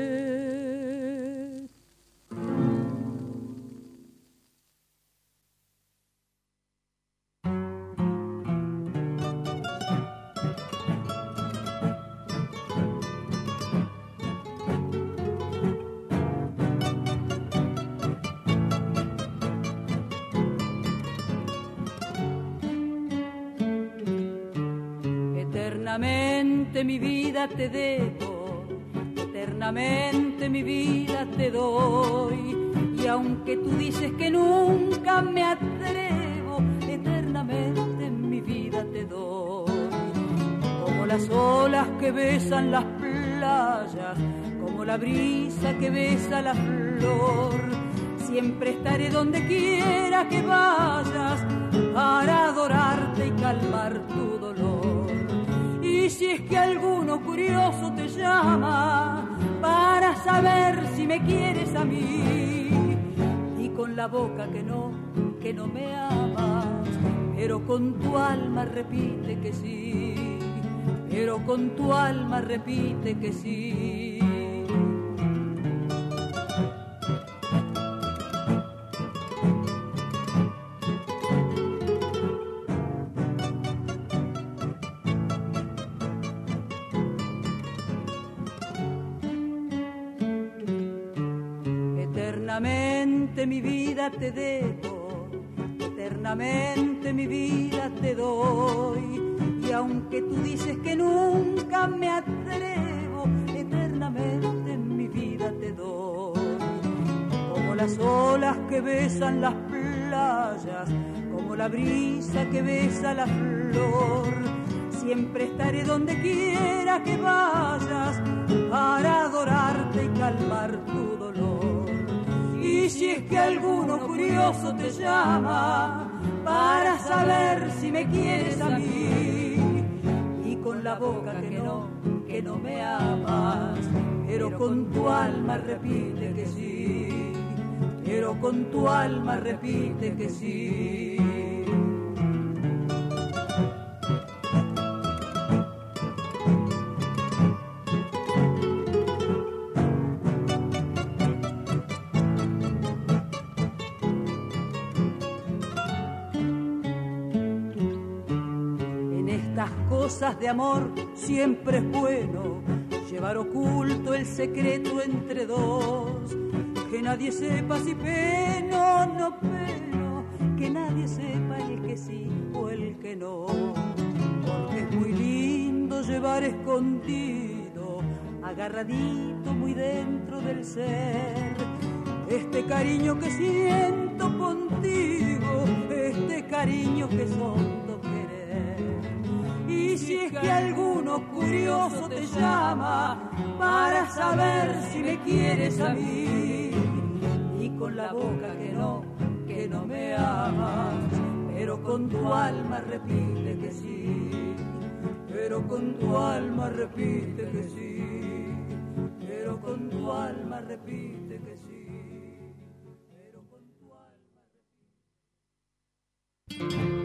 Eternamente mi vida te debo, eternamente mi vida te doy, y aunque tú dices que nunca me atrevo, eternamente mi vida te doy. Como las olas que besan las playas, como la brisa que besa la flor, siempre estaré donde quiera que vayas para adorarte y calmar tu dolor. Y si es que alguno curioso te llama para saber si me quieres a mí, y con la boca que no, que no me amas, pero con tu alma repite que sí, pero con tu alma repite que sí. Eternamente mi vida te debo, eternamente mi vida te doy, y aunque tú dices que nunca me atrevo, eternamente mi vida te doy. Como las olas que besan las playas, como la brisa que besa la flor, siempre estaré donde quiera que vayas para adorarte y calmar tu dolor. Y si es que alguno curioso te llama para saber si me quieres a mí, y con la boca que no, que no me amas, pero con tu alma repite que sí, pero con tu alma repite que sí. Cosas de amor siempre es bueno llevar oculto el secreto entre dos, que nadie sepa si peno o no peno, que nadie sepa el que sí o el que no, porque es muy lindo llevar escondido, agarradito muy dentro del ser, este cariño que siento contigo, este cariño que son dos querer. Y si es que alguno curioso te llama para saber si me quieres a mí, y con la boca que no, que no me amas, pero con tu alma repite que sí, pero con tu alma repite que sí, pero con tu alma repite que sí, pero con tu alma repite.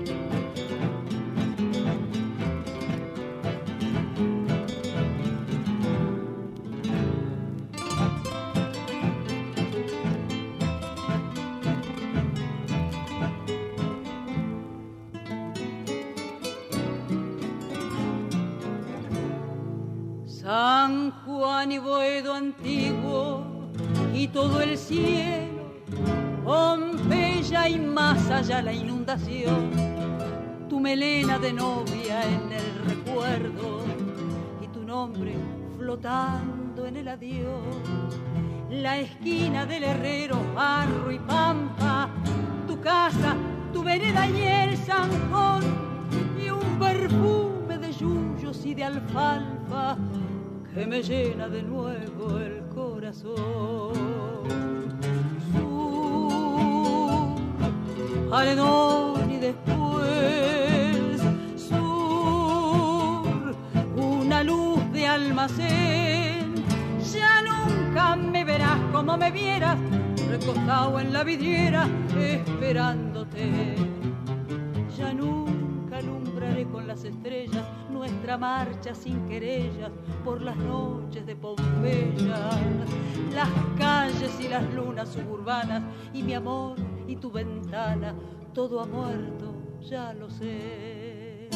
San Juan y Boedo antiguo y todo el cielo, Pompeya y más allá la inundación, tu melena de novia en el recuerdo y tu nombre flotando en el adiós, la esquina del herrero, barro y pampa, tu casa, tu vereda y el zanjón, y un perfume de yuyos y de alfalfa que me llena de nuevo el corazón. Sur, Arenón y después sur, una luz de almacén. Ya nunca me verás como me vieras, recostado en la vidriera esperándote. Ya nunca alumbraré con las estrellas nuestra marcha sin querellas por las noches de Pompeya, las calles y las lunas suburbanas y mi amor y tu ventana, todo ha muerto, ya lo sé.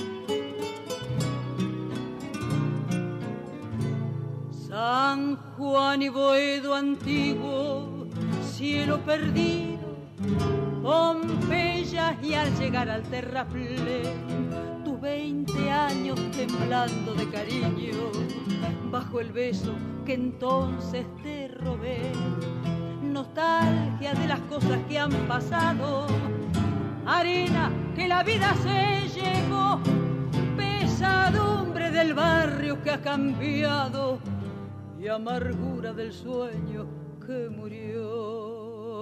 San Juan y Boedo antiguo, cielo perdido, Pompeya y al llegar al terraplén, tus veinte años temblando de cariño, bajo el beso que entonces te robé, nostalgia de las cosas que han pasado, arena que la vida se llevó, pesadumbre del barrio que ha cambiado y amargura del sueño que murió.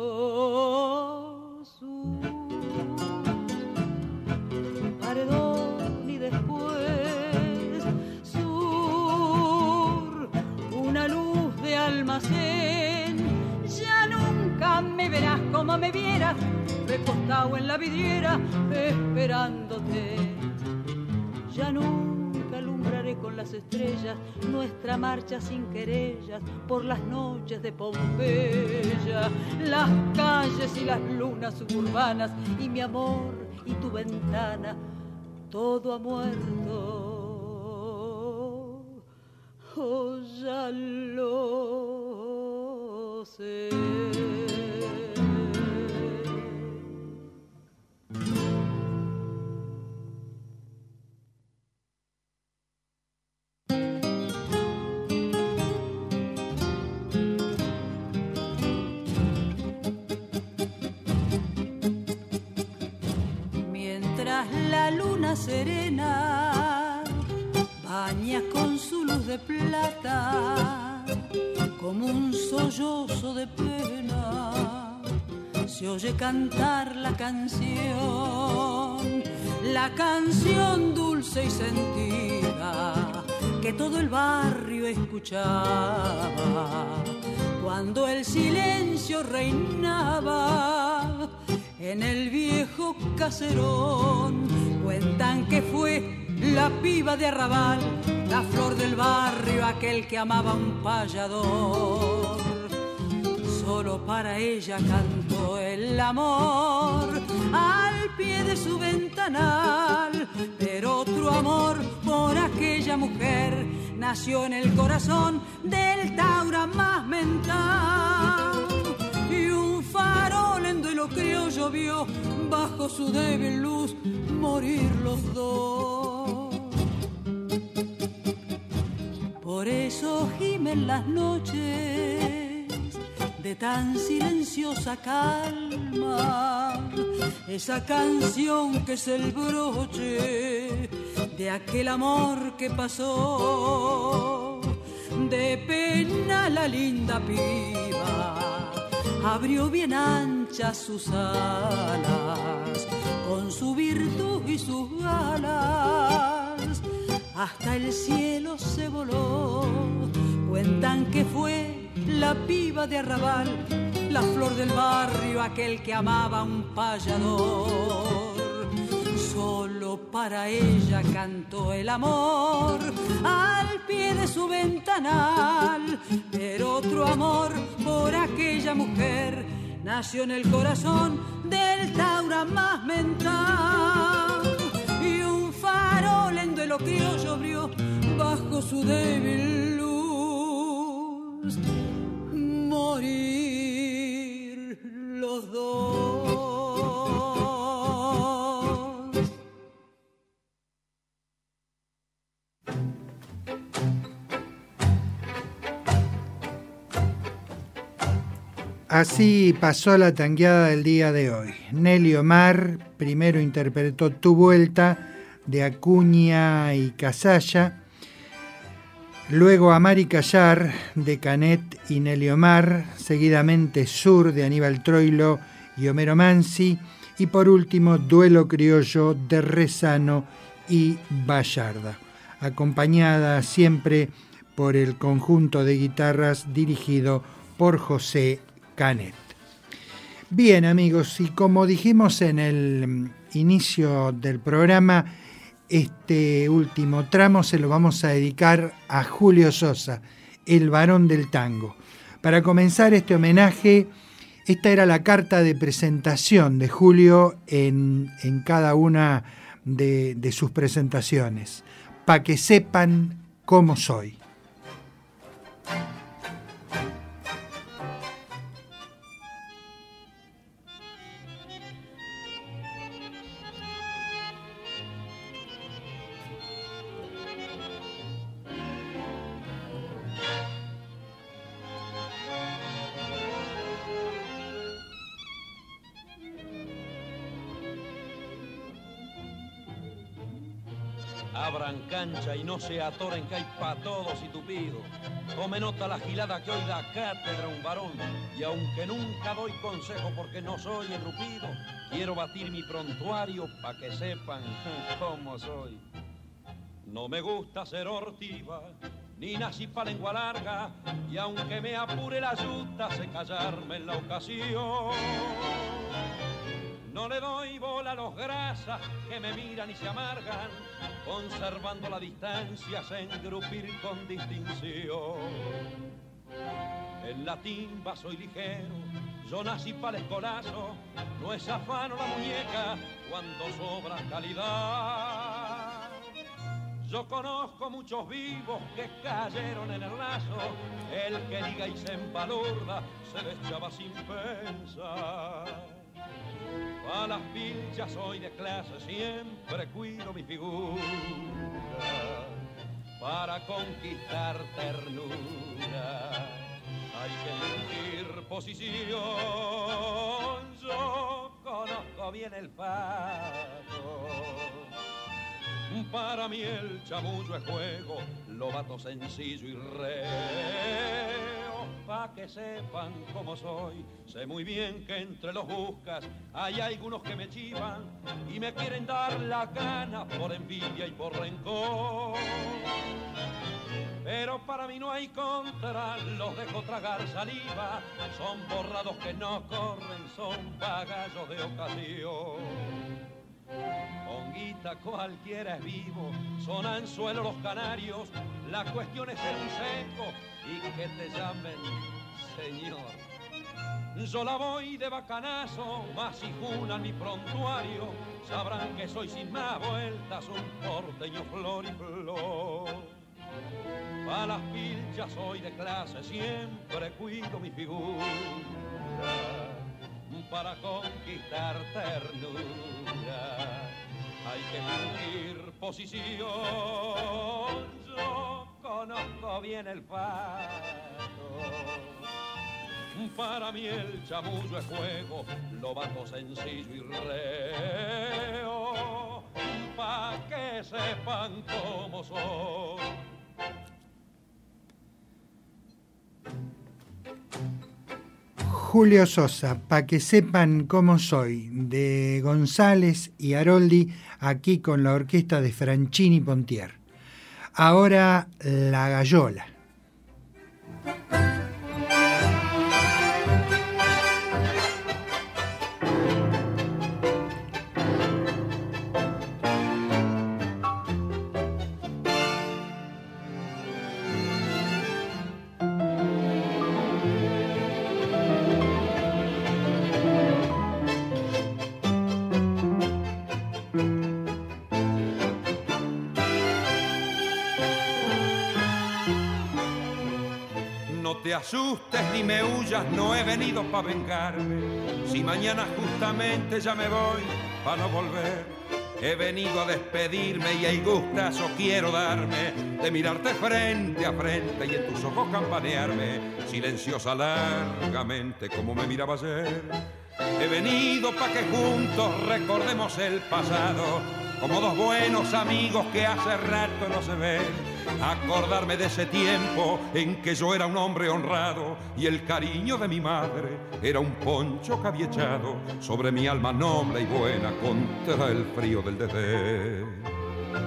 Sur, Paredón y después sur, una luz de almacén. Ya nunca me verás como me vieras, recostado en la vidriera esperándote. Ya nunca alumbraré con las estrellas nuestra marcha sin querellas por las noches de Pompeya, las calles y las lunas suburbanas y mi amor y tu ventana, todo ha muerto, oh, ya lo sé. La luna serena baña con su luz de plata como un sollozo de pena. Se oye cantar la canción, la canción dulce y sentida que todo el barrio escuchaba cuando el silencio reinaba en el viejo caserón. Cuentan que fue la piba de Arrabal, la flor del barrio, aquel que amaba un payador. Solo para ella cantó el amor al pie de su ventanal, pero otro amor por aquella mujer nació en el corazón del Taura más mental. Y un farol en duelo criollo vio bajo su débil luz morir los dos. Por eso gimen las noches de tan silenciosa calma esa canción que es el broche de aquel amor que pasó. De pena la linda piba abrió bien anchas sus alas, con su virtud y sus galas, hasta el cielo se voló. Cuentan que fue la piba de Arrabal, la flor del barrio, aquel que amaba un payador. Solo para ella cantó el amor al pie de su ventanal, pero otro amor por aquella mujer nació en el corazón del Taura más mental. Y un farol en duelo criollo abrió bajo su débil luz. Morir los dos. Así pasó la tangueada del día de hoy. Nelly Omar primero interpretó Tu Vuelta de Acuña y Casalla, luego Amar y Callar de Canet y Nelly Omar, seguidamente Sur de Aníbal Troilo y Homero Mansi, y por último Duelo Criollo de Rezano y Vallarda, acompañada siempre por el conjunto de guitarras dirigido por José Canet. Bien, amigos, y como dijimos en el inicio del programa, este último tramo se lo vamos a dedicar a Julio Sosa, el varón del tango. Para comenzar este homenaje, esta era la carta de presentación de Julio en, en cada una de, de sus presentaciones, para que sepan cómo soy. Abran cancha y no se atoren que hay pa' todos y tupido. Tome nota la gilada que hoy da cátedra un varón. Y aunque nunca doy consejo porque no soy enrupido, quiero batir mi prontuario pa' que sepan cómo soy. No me gusta ser hortiva, ni nací pa' lengua larga, y aunque me apure la yuta, sé callarme en la ocasión. No le doy bola a los grasas que me miran y se amargan, conservando la distancia, sé engrupir con distinción. En la timba soy ligero, yo nací para el escolazo, no es afano la muñeca cuando sobra calidad. Yo conozco muchos vivos que cayeron en el lazo, el que diga y se embalurda se le echaba sin pensar. A las pilchas soy de clase, siempre cuido mi figura para conquistar ternura. Hay que fingir posición, yo conozco bien el pato. Para mí el chamullo es juego, lo bato sencillo y reo, pa' que sepan cómo soy. Sé muy bien que entre los buscas hay algunos que me chivan y me quieren dar la gana por envidia y por rencor. Pero para mí no hay contra, los dejo tragar saliva, son borrados que no corren, son pagallos de ocasión. Con guita cualquiera es vivo, son anzuelos los canarios, la cuestión es ser un seco y que te llamen señor. Yo la voy de bacanazo, más si junan mi prontuario, sabrán que soy sin más vueltas un porteño flor y flor. Pa' las pilchas soy de clase, siempre cuido mi figura para conquistar ternura. Hay que fingir posición, yo conozco bien el pato. Para mí el chamullo es juego, lo bato sencillo y reo, pa' que sepan cómo soy. Julio Sosa, pa' que sepan cómo soy, de González y Aroldi, aquí con la orquesta de Franchini Pontier. Ahora La Gallola. te asustes ni me huyas, no he venido pa' vengarme. Si mañana justamente ya me voy pa' no volver, he venido a despedirme y el gustazo quiero darme de mirarte frente a frente y en tus ojos campanearme silenciosa largamente como me miraba ayer. He venido pa' que juntos recordemos el pasado como dos buenos amigos que hace rato no se ven. Acordarme de ese tiempo en que yo era un hombre honrado y el cariño de mi madre era un poncho que había echado sobre mi alma noble y buena contra el frío del desdén.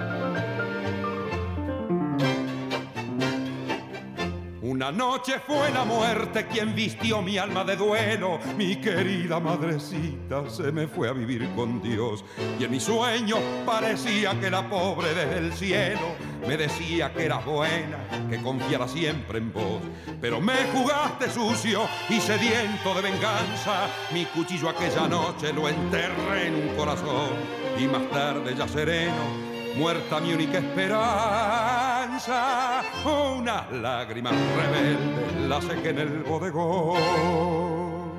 Una noche fue la muerte quien vistió mi alma de duelo. Mi querida madrecita se me fue a vivir con Dios. Y en mis sueños parecía que la pobre desde el cielo me decía que eras buena, que confiara siempre en vos. Pero me jugaste sucio y sediento de venganza. Mi cuchillo aquella noche lo enterré en un corazón. Y más tarde ya sereno, muerta mi única esperanza, unas lágrimas rebeldes las sequé en el bodegón.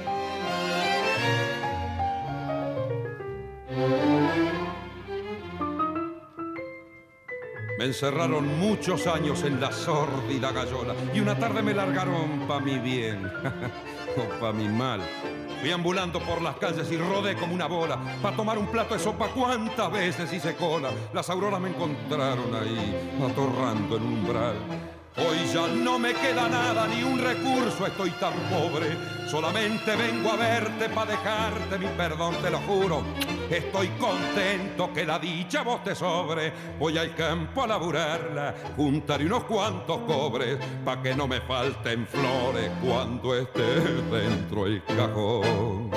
Me encerraron muchos años en la sórdida gallola y una tarde me largaron pa' mi bien o pa' mi mal. Fui ambulando por las calles y rodé como una bola pa' tomar un plato de sopa. Cuántas veces hice cola, las auroras me encontraron ahí atorrando en un umbral. Hoy ya no me queda nada, ni un recurso, estoy tan pobre. Solamente vengo a verte pa' dejarte mi perdón, te lo juro. Estoy contento que la dicha vos te sobre. Voy al campo a laburarla, juntaré unos cuantos cobres pa' que no me falten flores cuando esté dentro el cajón.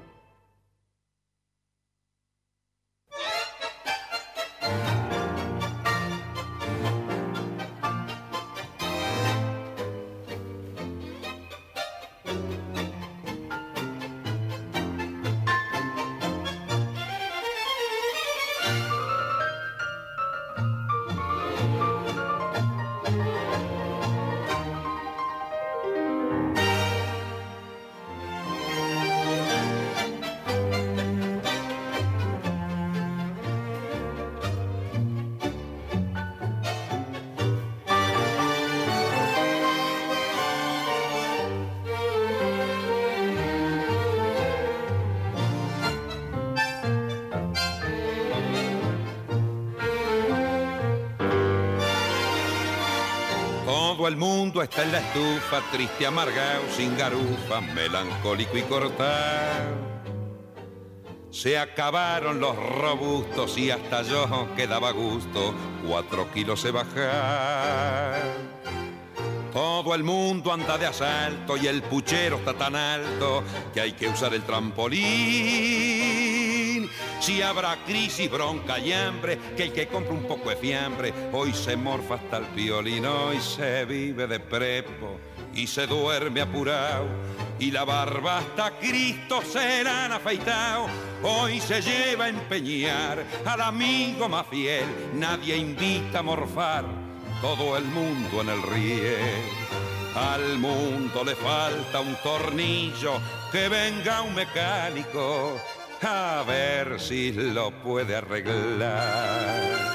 Todo el mundo está en la estufa, triste, amargado, sin garufa, melancólico y cortado. Se acabaron los robustos y hasta yo que daba gusto cuatro kilos he bajado. Todo el mundo anda de asalto y el puchero está tan alto que hay que usar el trampolín. Si habrá crisis, bronca y hambre, que el que compra un poco de fiambre hoy se morfa hasta el piolín. Hoy se vive de prepo y se duerme apurado y la barba hasta Cristo se la han afeitado. Hoy se lleva a empeñar al amigo más fiel, nadie invita a morfar, todo el mundo en el riel. Al mundo le falta un tornillo, que venga un mecánico a ver si lo puede arreglar.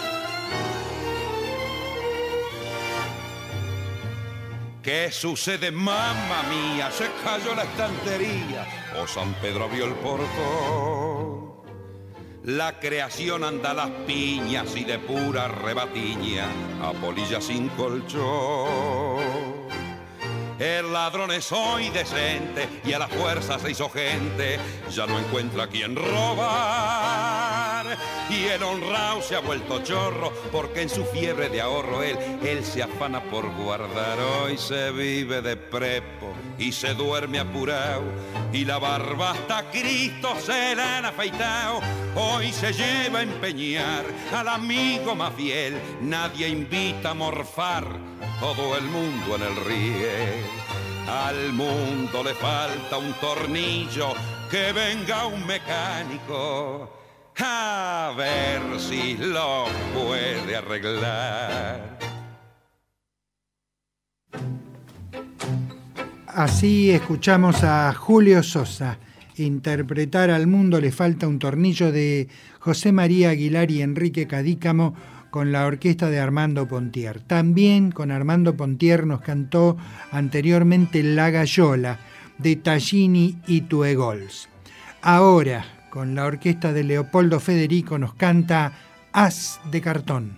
¿Qué sucede, mamma mía? Se cayó la estantería o San Pedro abrió el portón. La creación anda a las piñas y de pura rebatiña a polilla sin colchón. El ladrón es hoy decente y a la fuerza se hizo gente, ya no encuentra quien robar. Y el honrado se ha vuelto chorro porque en su fiebre de ahorro él, él se afana por guardar. Hoy se vive de prepo y se duerme apurado y la barba hasta Cristo se la han afeitado. Hoy se lleva a empeñar al amigo más fiel, nadie invita a morfar, todo el mundo en el riel. Al mundo le falta un tornillo, que venga un mecánico a ver si lo puede arreglar. Así escuchamos a Julio Sosa interpretar Al mundo le falta un tornillo, de José María Aguilar y Enrique Cadícamo, con la orquesta de Armando Pontier. También con Armando Pontier nos cantó anteriormente La Gallola, de Tallini y Tuegols. Ahora, con la orquesta de Leopoldo Federico, nos canta Haz de cartón.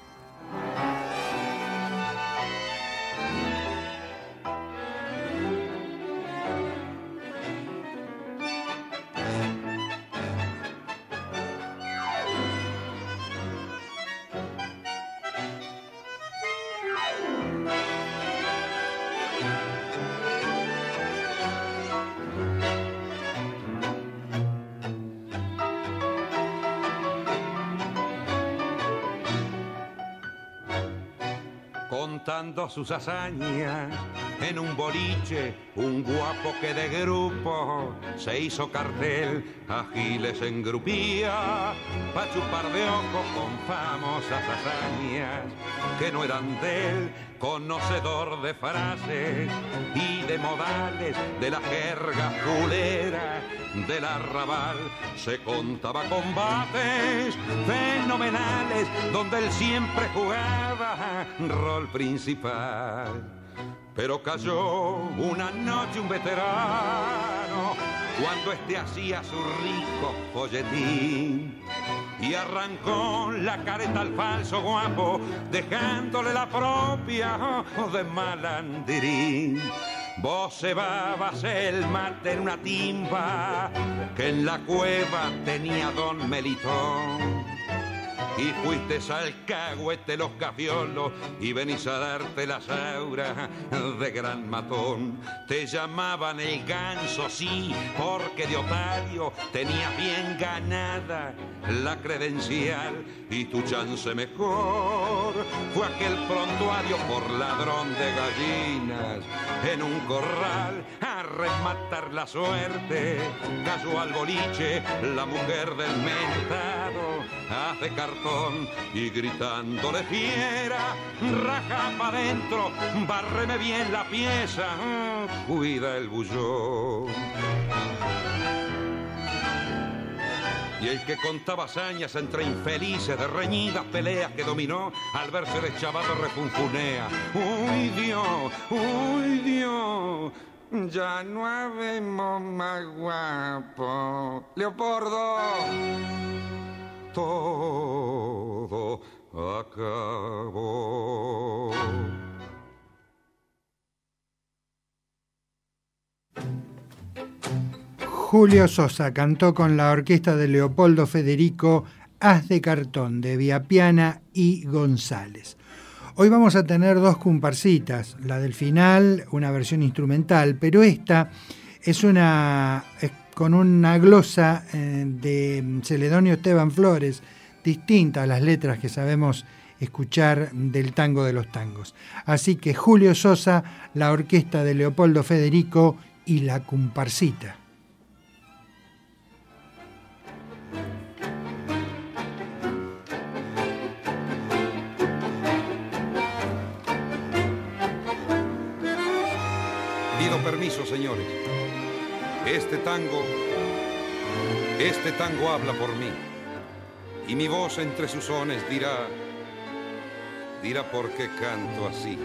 Contando sus hazañas en un boliche, un guapo que de grupo se hizo cartel, a giles engrupía pa' chupar de ojo con famosas hazañas que no eran de él, conocedor de frases y de modales, de la jerga fulera del arrabal. Se contaba combates fenomenales donde él siempre jugaba rol principal. Pero cayó una noche un veterano cuando este hacía su rico folletín y arrancó la careta al falso guapo, dejándole la propia de malandirín. Vos cebabas el mate en una timba que en la cueva tenía don Melitón, y fuiste al cagüete los cafiolos y venís a darte las auras de gran matón. Te llamaban el ganso, sí, porque de otario tenías bien ganada la credencial, y tu chance mejor fue aquel prontuario por ladrón de gallinas en un corral a rematar la suerte. Cayó al boliche la mujer del mentado, hace cartón y gritándole fiera, raja pa' dentro, bárreme bien la pieza, cuida el bullón. Y el que contaba hazañas entre infelices de reñidas peleas que dominó, al verse deschavado refunfunea: uy Dios, uy Dios, ya no habemos más guapo. Leopoldo, todo acabó. Julio Sosa cantó con la orquesta de Leopoldo Federico Haz de cartón, de Viapiana y González. Hoy vamos a tener dos comparsitas, la del final, una versión instrumental, pero esta es una es con una glosa eh, de Celedonio Esteban Flores, distinta a las letras que sabemos escuchar del tango de los tangos. Así que Julio Sosa, la orquesta de Leopoldo Federico y la comparsita. Pido permiso, señores. Este tango, este tango habla por mí. Y mi voz entre sus sones dirá, dirá por qué canto así.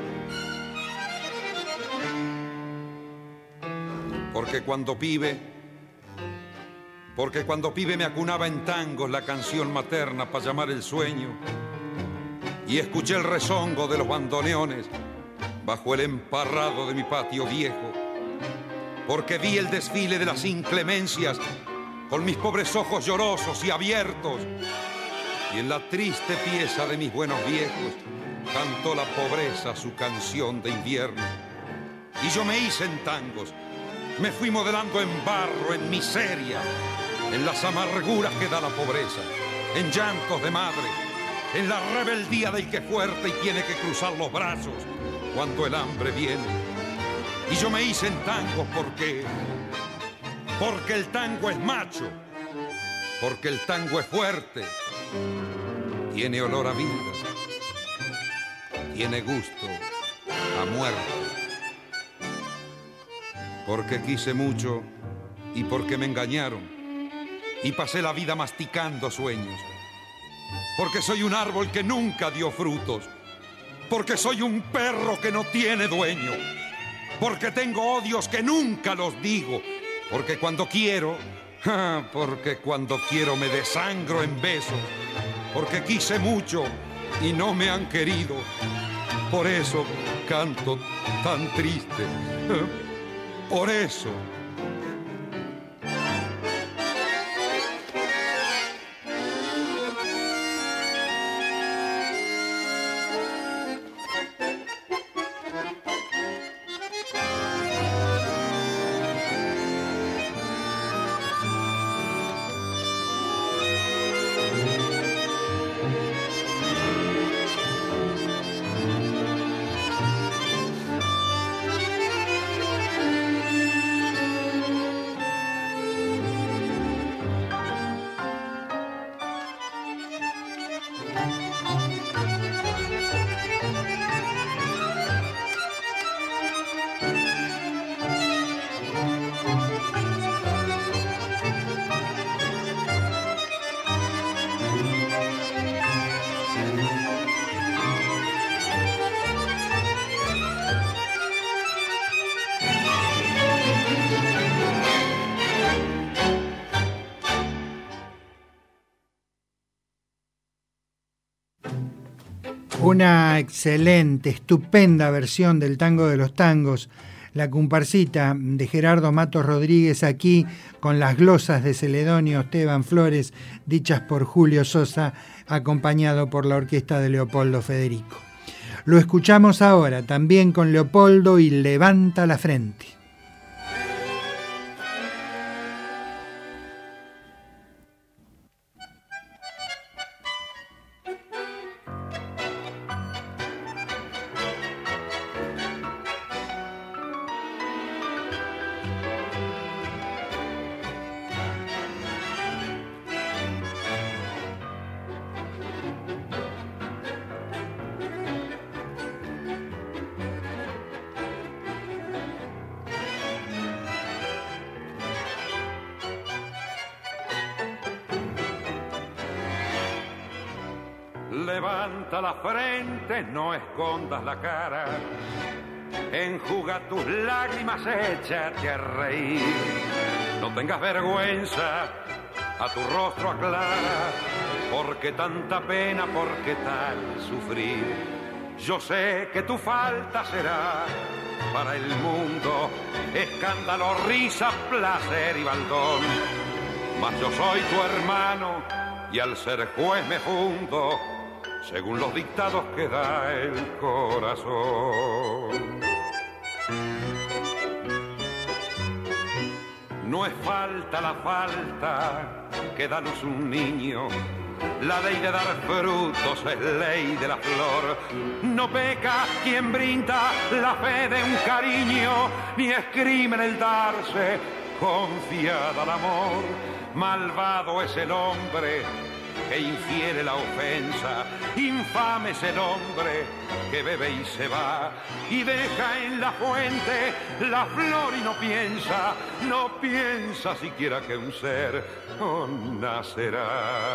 Porque cuando pibe, porque cuando pibe me acunaba en tangos la canción materna para llamar el sueño, y escuché el rezongo de los bandoneones bajo el emparrado de mi patio viejo, porque vi el desfile de las inclemencias con mis pobres ojos llorosos y abiertos, y en la triste pieza de mis buenos viejos cantó la pobreza su canción de invierno. Y yo me hice en tangos, me fui modelando en barro, en miseria, en las amarguras que da la pobreza, en llantos de madre, en la rebeldía del que es fuerte y tiene que cruzar los brazos cuando el hambre viene. Y yo me hice en tangos porque, porque el tango es macho, porque el tango es fuerte, tiene olor a vida, tiene gusto a muerte. porque quise mucho y porque me engañaron y pasé la vida masticando sueños, porque soy un árbol que nunca dio frutos, porque soy un perro que no tiene dueño, porque tengo odios que nunca los digo, porque cuando quiero, porque cuando quiero me desangro en besos, porque quise mucho y no me han querido, por eso canto tan triste, por eso. Una excelente, estupenda versión del tango de los tangos, la comparsita de Gerardo Matos Rodríguez, aquí con las glosas de Celedonio Esteban Flores, dichas por Julio Sosa, acompañado por la orquesta de Leopoldo Federico. Lo escuchamos ahora también con Leopoldo y Levanta la Frente. Levanta la frente, no escondas la cara, enjuga tus lágrimas, échate a reír. No tengas vergüenza, a tu rostro aclara, porque tanta pena, porque tal sufrir. Yo sé que tu falta será para el mundo escándalo, risa, placer y baldón, mas yo soy tu hermano y al ser juez me fundo según los dictados que da el corazón. No es falta la falta que da luz un niño, la ley de dar frutos es ley de la flor. No peca quien brinda la fe de un cariño, ni es crimen el darse confiada al amor. Malvado es el hombre que infiere la ofensa, infame es el hombre que bebe y se va y deja en la fuente la flor y no piensa, no piensa siquiera que un ser oh, nacerá.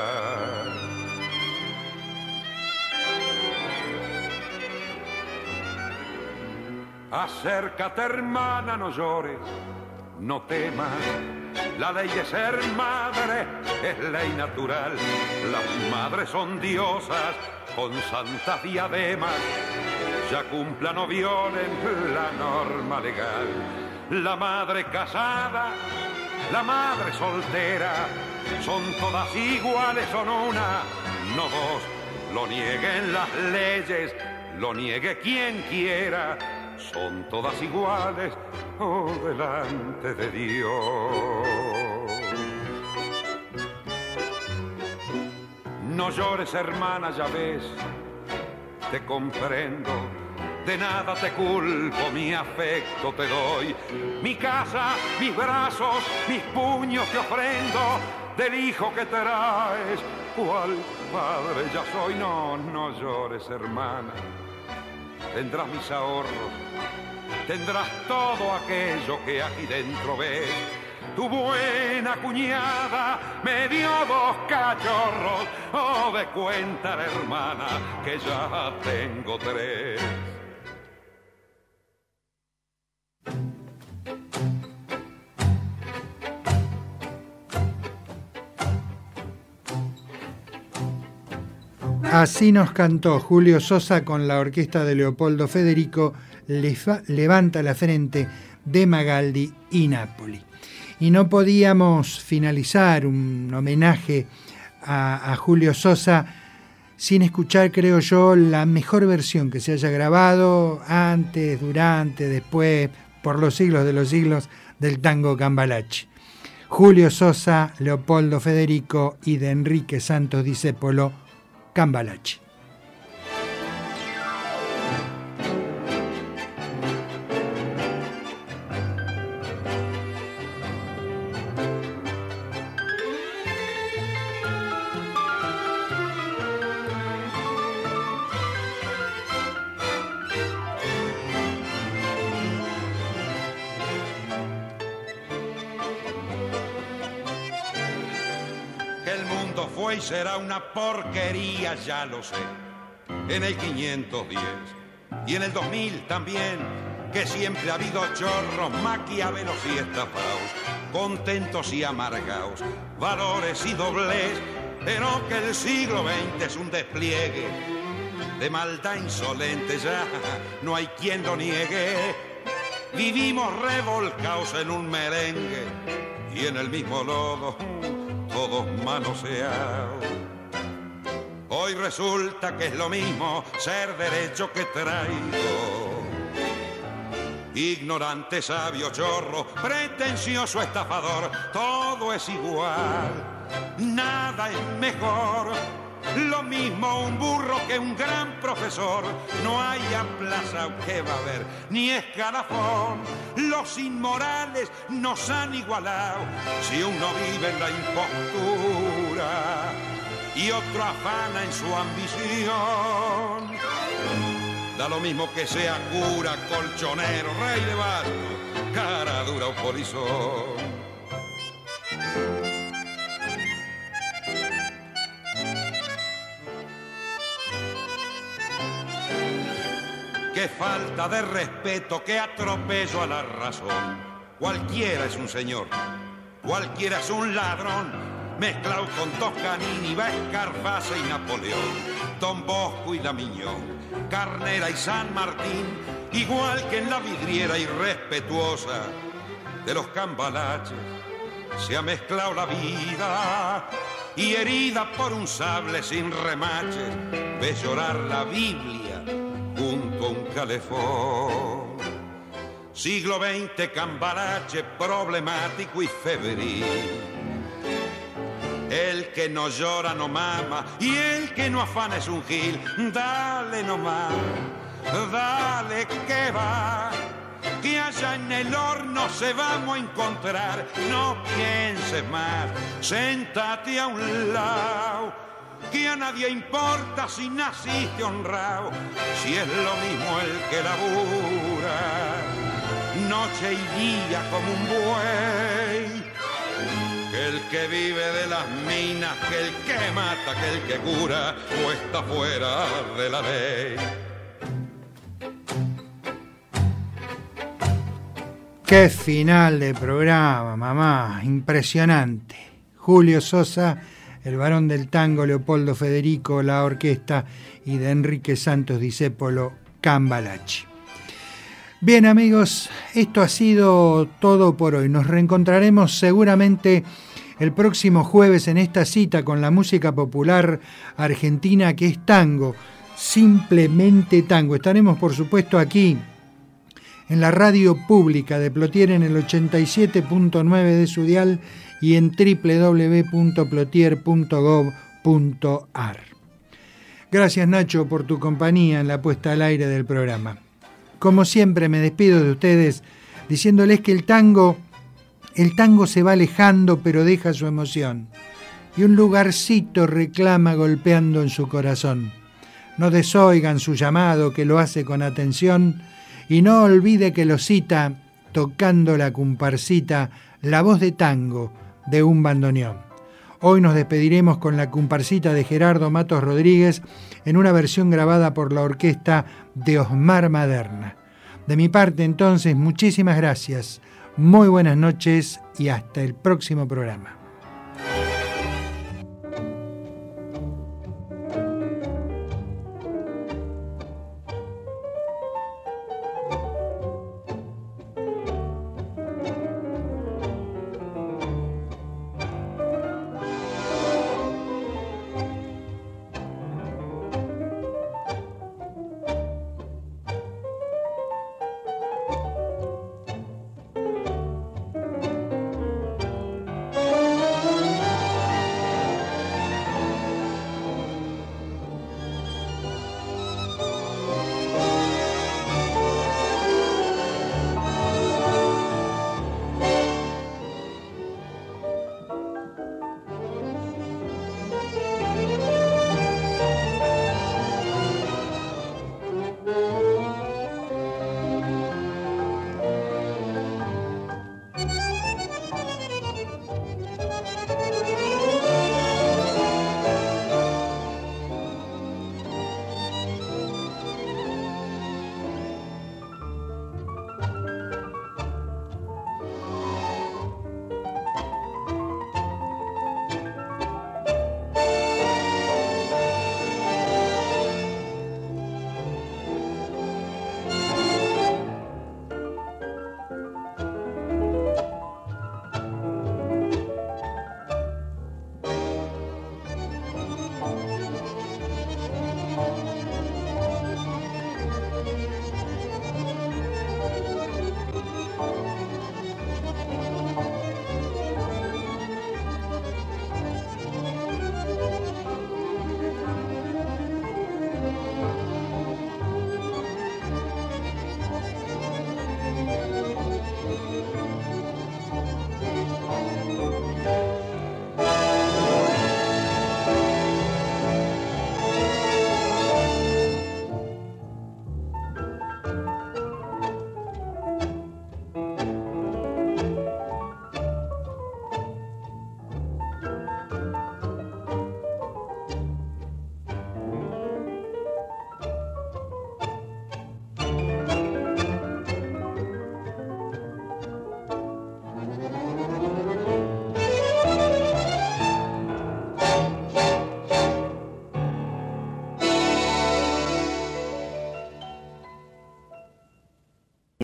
Acércate, hermana, no llores, no temas. La ley de ser madre es ley natural. Las madres son diosas con santas diademas. Ya cumplan o violen la norma legal. La madre casada, la madre soltera, son todas iguales, son una, no dos. Lo nieguen las leyes, lo niegue quien quiera. Son todas iguales, oh, delante de Dios. No llores, hermana, ya ves, te comprendo. De nada te culpo, mi afecto te doy. Mi casa, mis brazos, mis puños te ofrendo. Del hijo que traes, cual padre ya soy. No, no llores, hermana. Tendrás mis ahorros tendrás todo aquello que aquí dentro ves. Tu buena cuñada me dio dos cachorros, oh, de cuenta la hermana que ya tengo tres. Así nos cantó Julio Sosa con la orquesta de Leopoldo Federico, Levanta la frente de Magaldi y Napoli. Y no podíamos finalizar un homenaje a, a Julio Sosa sin escuchar, creo yo, la mejor versión que se haya grabado antes, durante, después, por los siglos de los siglos, del tango Cambalache. Julio Sosa, Leopoldo Federico y de Enrique Santos Discépolo, Cambalache. Y será una porquería, ya lo sé, en el quinientos diez y en el dos mil también, que siempre ha habido chorros, maquiavelos y estafados, contentos y amargados, valores y doblez, pero que el siglo veinte es un despliegue de maldad insolente, ya no hay quien lo niegue. Vivimos revolcados en un merengue y en el mismo lodo, todos manoseados. Hoy resulta que es lo mismo ser derecho que traigo. Ignorante, sabio, chorro, pretencioso, estafador, todo es igual, nada es mejor. Lo mismo un burro que un gran profesor, no hay aplazado que va a haber, ni escalafón. Los inmorales nos han igualado, si uno vive en la impostura y otro afana en su ambición. Da lo mismo que sea cura, colchonero, rey de barco, cara dura o polizón. Qué falta de respeto, qué atropello a la razón. Cualquiera es un señor, cualquiera es un ladrón, mezclado con Toscanini, Escarface y Napoleón, Don Bosco y Damiñón, Carnera y San Martín, igual que en la vidriera irrespetuosa de los Cambalaches. Se ha mezclado la vida y herida por un sable sin remaches, ves llorar la Biblia junto a un calefón. Siglo veinte, Cambalache, problemático y febril. El que no llora no mama y el que no afana es un gil. Dale nomás, dale que va, que allá en el horno se vamos a encontrar. No pienses más, séntate a un lado, que a nadie importa si naciste honrado, si es lo mismo el que labura noche y día como un buey, que el que vive de las minas, que el que mata, que el que cura o está fuera de la ley. Qué final de programa, mamá, impresionante. Julio Sosa, el varón del tango, Leopoldo Federico, la orquesta, y de Enrique Santos Discépolo, Cambalache. Bien, amigos, esto ha sido todo por hoy. Nos reencontraremos seguramente el próximo jueves en esta cita con la música popular argentina, que es tango, simplemente tango. Estaremos, por supuesto, aquí en la radio pública de Plotier en el ochenta y siete punto nueve de su dial y en doble u doble u doble u punto plotier punto gov punto ar. Gracias, Nacho, por tu compañía en la puesta al aire del programa. Como siempre, me despido de ustedes diciéndoles que el tango, el tango se va alejando, pero deja su emoción, y un lugarcito reclama golpeando en su corazón. No desoigan su llamado, que lo hace con atención, Y no olvide que lo cita, tocando la comparsita, la voz de tango de un bandoneón. Hoy nos despediremos con la comparsita de Gerardo Matos Rodríguez en una versión grabada por la orquesta de Osmar Maderna. De mi parte, entonces, muchísimas gracias, muy buenas noches y hasta el próximo programa.